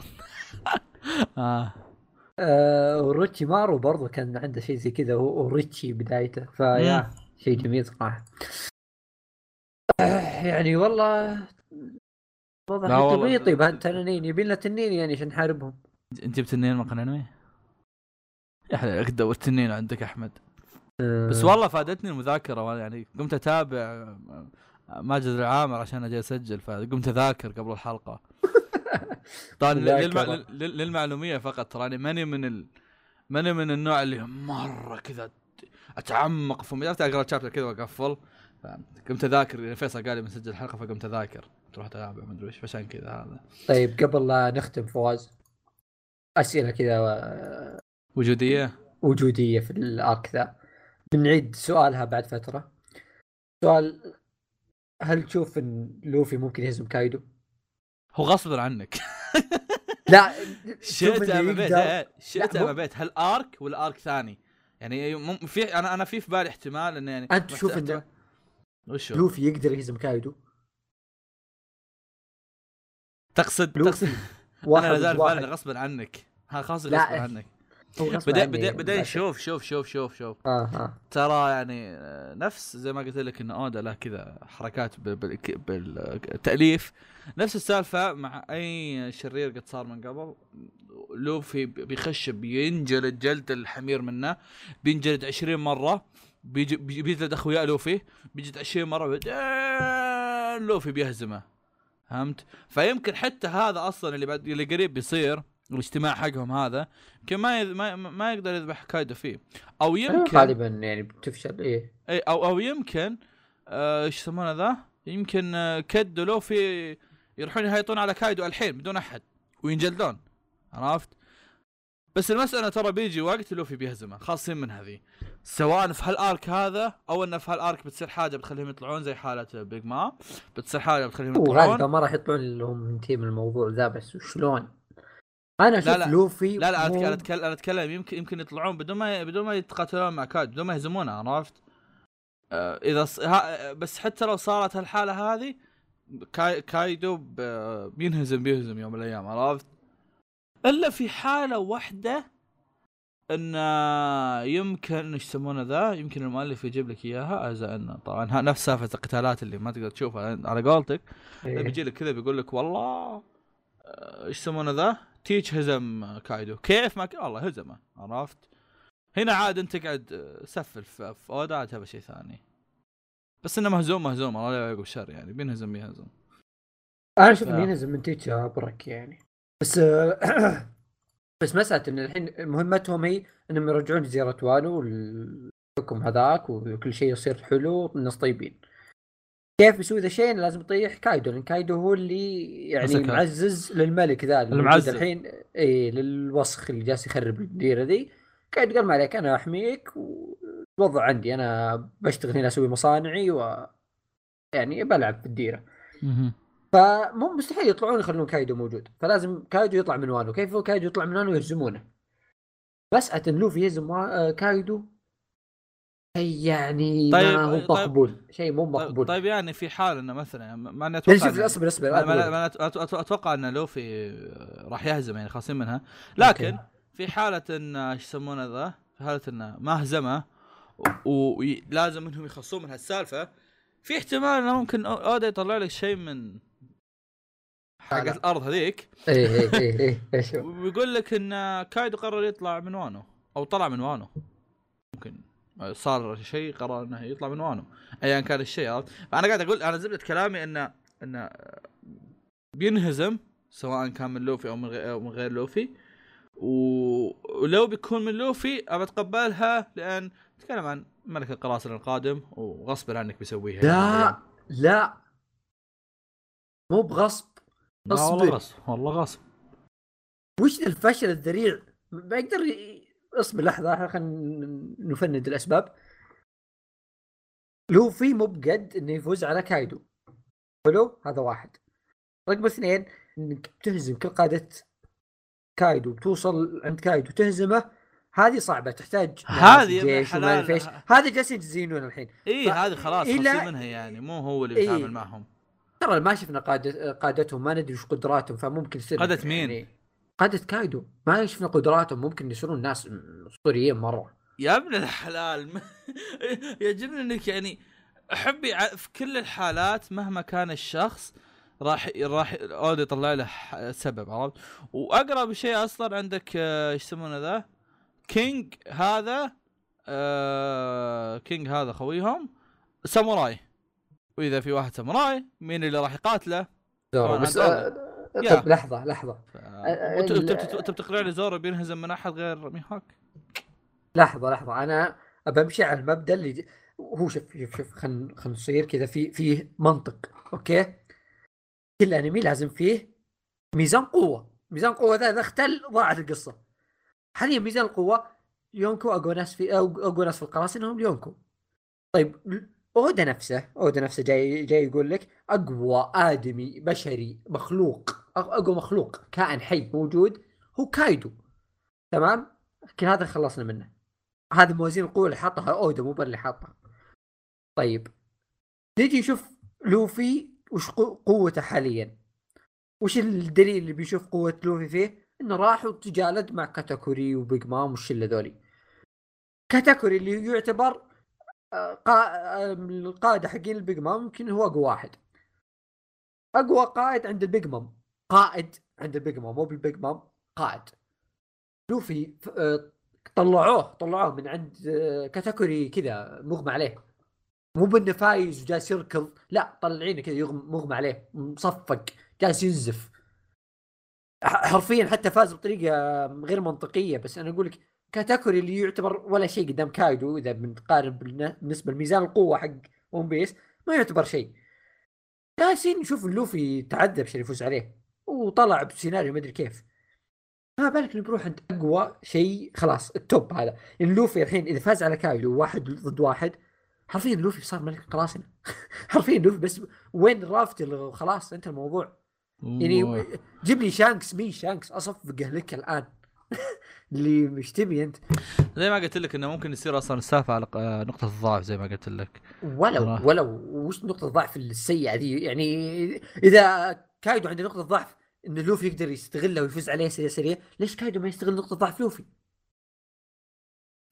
وريتشي مارو برضو كان عنده شيء زي كذا وريتشي بدايته فيا شيء جميل صراحه. يعني والله واضح تبغي طيب هالتنانين يبي لنا تنين يعني عشان نحاربهم. انت بتنين مقن انمي يا حلال دور تنين عندك احمد. بس والله فادتني المذاكره يعني قمت اتابع ماجد العامر عشان اجي اسجل فقمت اذاكر قبل الحلقه. طبعا للمعلوميه فقط تراني ماني من النوع اللي مره كذا اتعمق في بدأت اقرا شابتر كذا واقفل. قمت اذاكر فيصل قال لي مسجل الحلقه فقمت اذاكر تروح اتابع ما ادري ايش عشان كذا هذا. طيب قبل لا نختم فواز اسئله كذا وجوديه في الارك ذا بنعيد سؤالها بعد فتره. سؤال هل تشوف ان لوفي ممكن يهزم كايدو؟ هو غصبا عنك. لا شئت ام ابيت هل ارك ولا ارك ثاني يعني في انا في بالي احتمال انه يعني انت تشوف انه لوفي يقدر يهزم كايدو؟ تقصد انا لازال بالي غصبا عنك. ها خلاص غصبا عنك. بدأ شوف ترى يعني نفس زي ما قلت لك ان اودا له كذا حركات بالتأليف نفس السالفة مع اي شرير قد صار من قبل. لوفي بيخش بينجلد جلد الحمير منه بينجلد 20 مرة بيجلد اخويا لوفي بيجلد 20 مرة لوفي بيهزمه فهمت. فيمكن حتى هذا اصلا اللي قريب بيصير الاجتماع حقهم هذا يمكن ما يقدر يذبح كايدو فيه او يمكن غالبا يعني بتفشل ايه او يمكن ايش يسمونه ذا يمكن كدو لوفي يروحون يهيطون على كايدو الحين بدون احد وينجلدون عرفت. بس المسألة ترى بيجي وقت لوفي بيهزمه خاصين من هذه سواء في هالارك هذا او انه في هالارك بتصير حاجه بتخليهم يطلعون زي حاله بيج ما بتصير حاجه بتخليهم يطلعون وغالبا ما راح يطلعون لهم من تيم الموضوع ذا بس وشلون انا اشوف لوفي لا انا اتكلم يمكن يطلعون بدون ما يتقاتلون مع كايدو بدون ما يهزمونه عرفت. اذا بس حتى لو صارت هالحاله هذه كايدو بينهزم يوم من الايام عرفت. الا في حاله واحده ان يمكن ايش يسمونه ذا، يمكن المؤلف يجيب لك اياها ازا انه طبعا نفس سالفه القتالات اللي ما تقدر تشوفها على قولتك. بيجي لك كذا بيقول لك والله ايش يسمونه ذا، تيتش هزم كايدو كيف ما والله هزمه، عرفت؟ هنا عاد انت قاعد سفل في اودا، عاد هذا شيء ثاني. بس انه مهزوم الله لا يعقب الشر، يعني بينهزم. انا اشوف انه ينهزم من تيتش برك يعني. بس بس مسألة ان الحين مهمتهم هي انهم يرجعون جزيرة وانو والحكم هذاك وكل شيء يصير حلو والناس طيبين. كيف يسوي ذا الشيء؟ لازم يطيح كايدو، لان كايدو هو اللي يعني مسكها معزز للملك ذا الموجود الحين، اي للوسخ اللي جالس يخرب الديره ذي. كايدو قال ما عليك انا احميك والوضع عندي، انا بشتغل هنا اسوي مصانعي يعني بلعب في الديره. فمو مستحيل يطلعون يخلون كايدو موجود، فلازم كايدو يطلع من وانو. كيف هو كايدو يطلع من وانو يهزمونه؟ مسألة ان لوفي يهزم كايدو يعني طيب ما هو مقبول، شيء مو مقبول. طيب يعني في حال انه مثلا ما انا اتوقع شوف اصبر ما اتوقع ان لوفي راح يهزم يعني خاصين منها، لكن في حالة ان ايش يسمونه ذا، في حالة انه ما هزمه ولازم انهم يخصون من هالسالفة، في احتمال انه ممكن اودا يطلع لك شيء من حق الارض هذيك. ايه ويقول لك ان كايدو قرر يطلع من وانو، او طلع من وانو، ممكن صار شيء قرر انه يطلع من وانو ايا كان الشيء. فانا قاعد اقول انا زبده كلامي ان بينهزم سواء كان من لوفي او من غير لوفي، ولو بيكون من لوفي ابى اتقبلها، لان تكلم عن ملك القراصنة القادم وغصبا عنك بيسويها. لا مو بغصب، اصبر والله غصب. وش الفشل الذريع؟ ما يقدر اصبر لحظه خلينا نفند الاسباب. لوفي مو بقد انه يفوز على كايدو، حلو، هذا واحد. رقم اثنين، انك تهزم كل قادة كايدو، بتوصل عند كايدو تهزمه، هذه صعبة، تحتاج هذه من جيش وما فيش. هذا جالسين يزينون الحين. هذه خلاص خلصي منها، يعني مو هو اللي بيتعامل معهم. ترى ما شفنا قادتهم، ما ندري وش قدراتهم، فممكن يصير قادة مين؟ يعني قادة كايدو ما شفنا قدراتهم، ممكن يصيرون ناس اسطوريين مرة. يا ابن الحلال يعجبني انك يعني احبي في كل الحالات مهما كان الشخص راح اودي يطلع له سبب، عرفت؟ واقرب شيء اصلا عندك ايش يسمونه ذا، كينج هذا، كينج هذا خويهم ساموراي، واذا في واحد ساموراي مين اللي راح يقاتله؟ زورو. بس طب لحظة انت بتقرأ لي زورو بينهزم من احد غير ميهاك؟ لحظة انا بمشي على المبدأ اللي هو شوف خلينا نصير كذا فيه منطق، اوكي؟ كل انمي لازم فيه ميزان قوة ذا اختل ضاعت القصة. حاليا ميزان القوة يونكو اقوى ناس في القراصنة هم يونكو. طيب اودا نفسه جاي يقول لك اقوى ادمي بشري مخلوق، اقوى مخلوق كائن حي موجود هو كايدو، تمام؟ لكن هذا خلصنا منه. هذه موازين القوة اللي حطها اودا، مو اللي حطها. طيب نجي نشوف لوفي وش قوته حاليا. وش الدليل اللي بيشوف قوة لوفي فيه؟ انه راح وتجالد مع كاتاكوري وبيج مام والشلة ذولي. كاتاكوري اللي يعتبر القائد حقين البيج مام، يمكن هو اقوى واحد، اقوى قائد عند البيج مام، قائد عند البيج مام، مو بالبيج مام، قائد. لوفي طلعوه من عند كاتاكوري كذا مغمى عليه، مو بانه فايز وجالس يركض، لا طلعينه كذا مغمى عليه مصفق جالس ينزف حرفيا، حتى فاز بطريقه غير منطقيه. بس انا اقول لك كاتاكوري اللي يعتبر ولا شيء قدام كايدو، اذا بنقارن بالنسبه لميزان القوه حق ون بيس ما يعتبر شيء. جالسين نشوف لوفي تعذب عشان يفوز عليه وطلع بسيناريو ما ادري كيف. ما بالك نروح عند اقوى شيء، خلاص التوب هذا. يعني لوفي الحين اذا فاز على كايدو واحد ضد واحد، حرفيا لوفي صار ملك القراصنة. حرفيا لوفي، بس وين رافتي؟ خلاص انت الموضوع. يعني جيب لي شانكس اصفقه لك الان. اللي مش تبي انت؟ زي ما قلت لك انه ممكن يصير اصلا السالفه على نقطه الضعف زي ما قلت لك. ولو وش نقطه الضعف السيئه ذي؟ يعني اذا كايدو عنده نقطه ضعف ان لوفي يقدر يستغلها ويفوز عليه سريع، ليش كايدو ما يستغل نقطه ضعف لوفي؟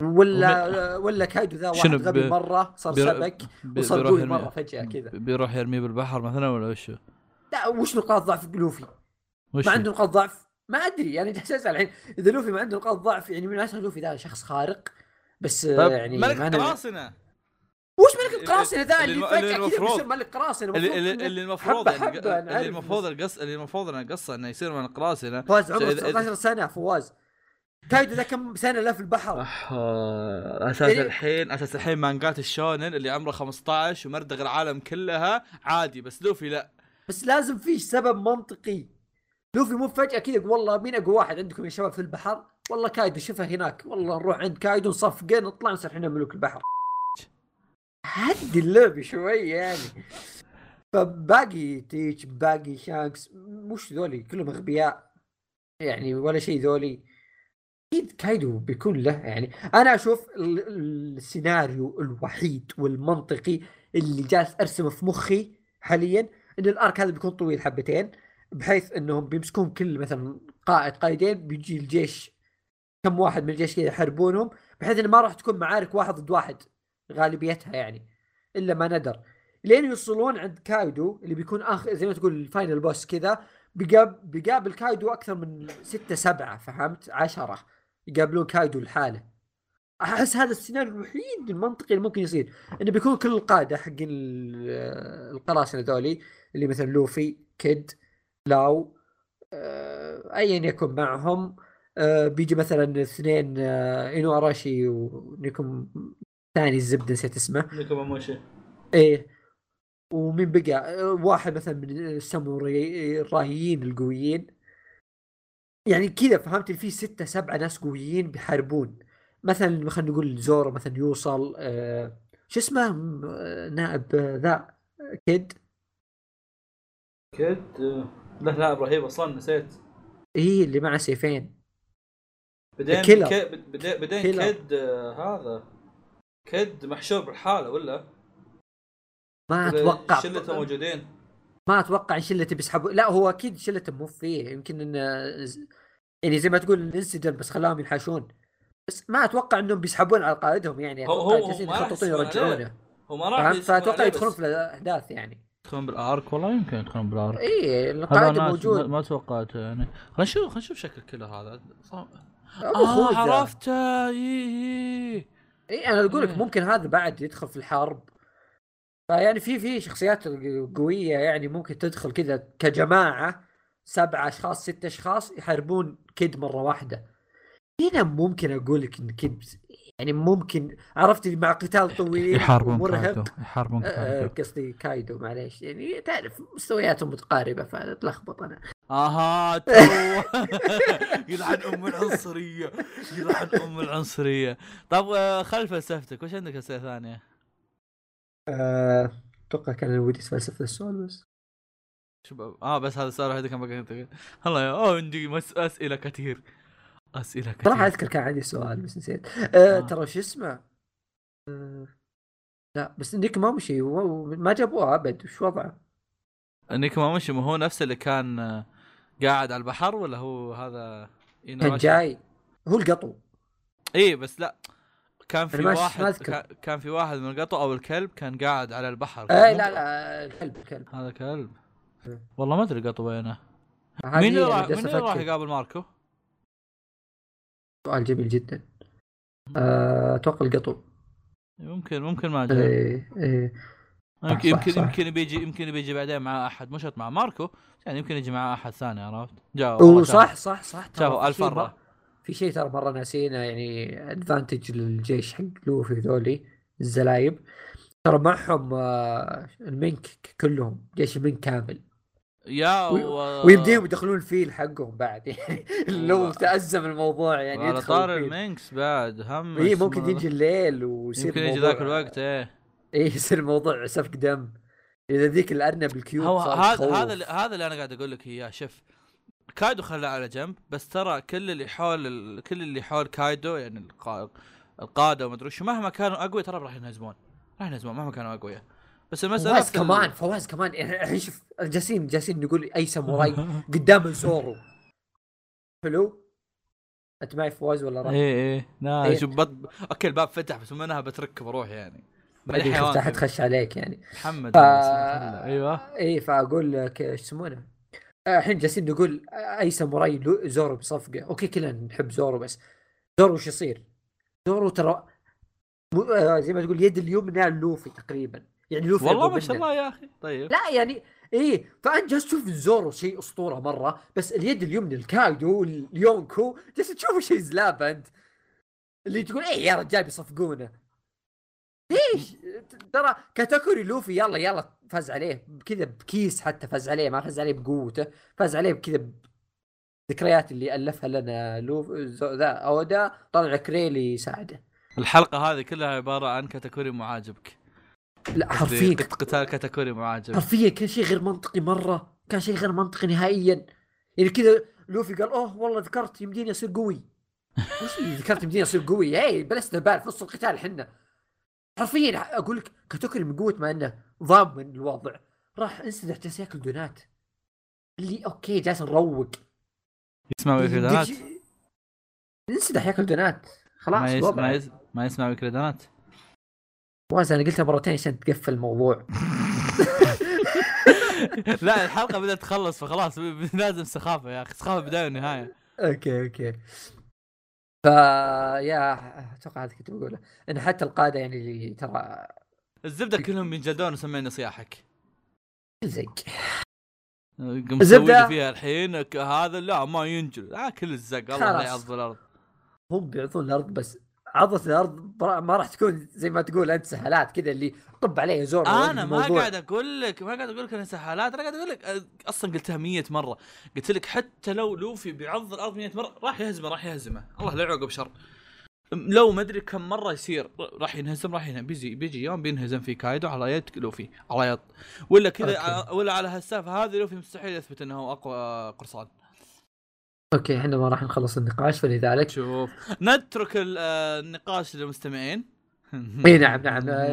ولا كايدو ذا واحد غبي مره صار سبك وصار قوي مره فجاه كذا بيروح يرميه بالبحر مثلا ولا وشو؟ لا وش نقاط ضعف لوفي؟ ما عنده نقاط ضعف، ما ادري يعني جالس اسال الحين اذا لوفي ما عنده نقاط ضعف، يعني من اساس لوفي ذا شخص خارق بس يعني ملك القراصنة. وش ملك القراصنة ذا اللي فجأة كذا بيصير ملك قراصنة؟ اللي المفروض اللي المفروض انه قصه انه يصير ملك قراصنة. فواز عمره 19 سنة. فواز كايدو ذا كم سنة له في البحر؟ اساس الحين مانجات الشونن اللي عمره 15 ومردغ العالم كلها عادي، بس لوفي لا. بس لازم فيش سبب منطقي. لوفي مو فجأة كذا والله مين اقوى واحد عندكم يا شباب في البحر؟ والله كايدو شوفه هناك، والله نروح عند كايدو نصفقه نطلع نصير احنا ملوك البحر. هدي اللعب شوي يعني. فباقي تيتش باقي شانكس مش ذولي كلهم اغبياء يعني ولا شيء ذولي. اكيد كايدو بيكون له يعني. انا اشوف السيناريو الوحيد والمنطقي اللي جالس ارسمه في مخي حاليا ان الارك هذا بيكون طويل حبتين، بحيث انهم بيمسكون كل مثلا قائدين بيجي الجيش كم واحد من الجيش كذا يحاربونهم، بحيث انه ما راح تكون معارك واحد ضد واحد غالبيتها يعني الا ما ندر، لين يوصلون عند كايدو اللي بيكون اخر زي ما تقول الفاينل بوس كذا. بيقابل كايدو اكثر من 6-7 فهمت 10 يقابلون كايدو لحاله. احس هذا السيناريو الوحيد المنطقي اللي ممكن يصير، انه بيكون كل القاده حقين القراصنه ذولي اللي مثل لوفي كيد لاو ايا يكن معهم. بيجي مثلا اثنين اينو اراشي ونيكم ثاني الزبده نسيت اسمه نيكم اموشي. ايه ومين بقى واحد مثلا من الساموراي الرايين القويين يعني كذا فهمت. في 6-7 ناس قويين بيحاربون. مثلا خلينا نقول زورو مثلا يوصل شو اسمه نائب ذا كيد لا نائب رهيب اصلا نسيت. ايه اللي معه سيفين بعدين كيد هذا كيد محشور بالحاله ولا ما اتوقع شلته موجودين. ما اتوقع شلته بيسحبوا. لا هو اكيد شلته مو فيه، يمكن انه يعني زي ما تقول الانسجن بس خلاهم ينحاشون، بس ما اتوقع انهم بيسحبون على قائدهم يعني. اتوقع جالسين يخططون يرجعونه. هو ما راح فاتوقع يدخلون في الاحداث يعني. يدخلون بالارك والله يمكن يدخلون بالارك. ايه القائد موجود. ما توقعته يعني. خلينا نشوف شكل كله هذا. عرفته. ايه انا اقول لك ممكن هذا بعد يدخل في الحرب. فيعني في شخصيات قويه يعني ممكن تدخل كذا كجماعه 7 أشخاص 6 أشخاص يحاربون كيد مره واحده. هنا ممكن اقول لك ان كيد يعني ممكن عرفت مع قتال طويل يحاربون قصدي كايدو معليش يعني تعرف مستوياتهم متقاربه فتلخبط انا. يلعن ام العنصريه. طب خلف فلسفتك وش عندك اسئله ثانيه؟ اتوقع كان ودي فلسفه السؤال بس شباب. بس هذا السؤال الوحيد كان باقي. الله عندي اسئله كثير. صراحه اذكر كان عندي سؤال بس نسيت. ترى شو اسمه لا بس نيك ما مشي ما جابوه ابد. وش وضعه نيك ما مشي؟ ما هو نفسه اللي كان قاعد على البحر ولا هو هذا كان جاي هو القطو؟ ايه بس لا كان في واحد كان في واحد من القطو او الكلب كان قاعد على البحر. لا الكلب هذا كلب. والله ما ادري القطو وينه. مين اللي راح يقابل ماركو؟ سؤال جميل جدا. اتوقع القطو. ممكن ما جاء. إيه. يمكن بيجي بعدين مع احد مش مع ماركو يعني. يمكن يجي مع احد ثاني عرفت. جاء صح شافوا 1000 مرة. في شيء ترى مره ناسينه يعني ادفانتج للجيش حق لوفي ذولي الزلايب ترى معهم المنك كلهم جيش المنك كامل ويبديهم يدخلون الفيل حقهم بعد يعني لو تأزم الموضوع يعني على طار المنكس بعد هم ممكن يجي الليل ويصير يمكن يجي ذاك الوقت يصير الموضوع سفك دم اذا ذيك الارنب الكيوب هذا اللي انا قاعد اقول لك اياه. شوف كايدو خلاه على جنب بس ترى كل اللي حول كايدو يعني القاده وما ادري شو مهما كانوا اقوياء ترى راح ينهزمون مهما كانوا اقوياء. بس المساله فواز كمان الحين شوف جالسين نقول اي ساموراي قدام زورو حلو انت معي فواز ولا راح؟ ايه لا إيه. شوف اوكي الباب فتح بس منها بتركب اروح يعني بعدين شفت احد خش عليك يعني. محمد الله سمعت الله. ايوه ايه فاقول لك ايش يسمونه، الحين جالسين نقول اي ساموراي زورو بصفقه، اوكي كلنا نحب زورو، بس زورو وش يصير؟ زورو ترى زي ما تقول يد اليمنى لوفي تقريبا، يعني لوفي والله اقوى ما شاء منه. الله يا اخي. طيب لا يعني ايه، فانت جالس تشوف زورو شيء اسطوره مره، بس اليد اليمنى الكايدو واليونكو جالس تشوفه شيء زلابه انت، اللي تقول ايه يا رجال بيصفقونه ليش؟ ترى كاتاكوري لوفي يلا يلا فاز عليه كذا بكيس، حتى فاز عليه ما فاز عليه بقوته، فاز عليه بكذا ذكريات اللي الفها لنا ذا اودا، طلع كريلي يساعده. الحلقه هذه كلها عباره عن كاتاكوري معاجبك. لا حرفيا قتال كاتاكوري معاجب، حرفيا كان شيء غير منطقي مره، كان شيء غير منطقي نهائيا. يعني كذا لوفي قال اوه والله ذكرت يمديني اصير قوي. وش اللي ذكرت يمديني اصير قوي؟ اي بلا استهبال في نص القتال حنا. حرفيا اقول لك كاتوكري من قوه ما انه ضامن الوضع، راح انسدح جالس ياكل دونات، اللي اوكي جالس نروق يسمع ويكريدانات، انسدح ياكل دونات خلاص ما يسمع ويكريدانات. واز انا قلتها مرتين عشان تقفل الموضوع. لا الحلقه بدات تخلص فخلاص لازم سخافه يا اخي، سخافه بدايه ونهايه. اوكي يا اتوقع هذا كنت بقوله، ان حتى القاده يعني اللي ترى الزبده كلهم ينجلدون وسمعنا صياحك الزق الزبده فيها الحين هذا لا ما ينجل كل الزق الله لا يعض الارض. هم بيعضون الارض بس عضة الارض ما راح تكون زي ما تقول انت سهالات كذا اللي طب عليه زور. انا ما قاعد اقول لك انا سهالات، انا قاعد اقول لك اصلا قلتها 100 مره، قلت لك حتى لو لوفي بيعض الارض 100 مره راح يهزمه الله لا يعوقب شر. لو ما ادري كم مره يصير راح ينهزم بيجي يوم بينهزم في كايدو على يد لوفي على يد، ولا كذا ولا على هالسالفه هذه لوفي مستحيل يثبت انه اقوى قرصان. اوكي احنا ما راح نخلص النقاش، فلذلك شوف نترك النقاش للمستمعين. اي نعم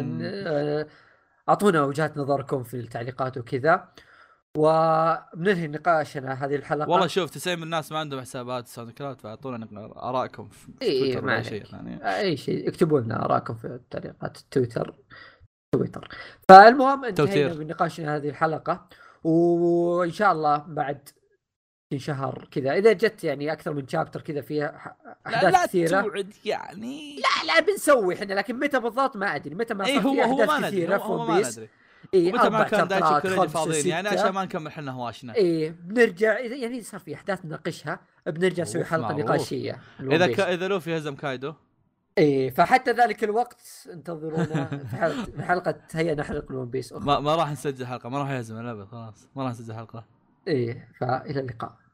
اعطونا وجهات نظركم في التعليقات وكذا، وبننهي نقاشنا هذه الحلقه. والله شوف 90 من الناس ما عندهم حسابات ساوند كلاود، فاعطونا ارائكم في تويتر ولا شيء ثاني، اي شيء اكتبوا لنا ارائكم في التعليقات تويتر. فالمهم انتهينا من نقاشنا هذه الحلقه، وان شاء الله بعد شهر كذا اذا جت يعني اكثر من شابتر كذا فيها احداث كثيره، لا توعد يعني لا بنسوي احنا، لكن متى بالضبط ما ادري، متى ما صار في احداث كثيره هو ما ندري متى ما كان دايتشي كوريجي فاضيين يعني عشان ما نكمل احنا هواشنا. بنرجع اذا يعني صار في احداث نناقشها بنرجع نسوي حلقه نقاشيه اذا لو في هزم كايدو. فحتى ذلك الوقت انتظرونا في حلقه هيا نحرق الون بيس ما راح نسجل حلقه، ما راح يهزم الابد خلاص ما راح نسجل حلقه. فالى اللقاء.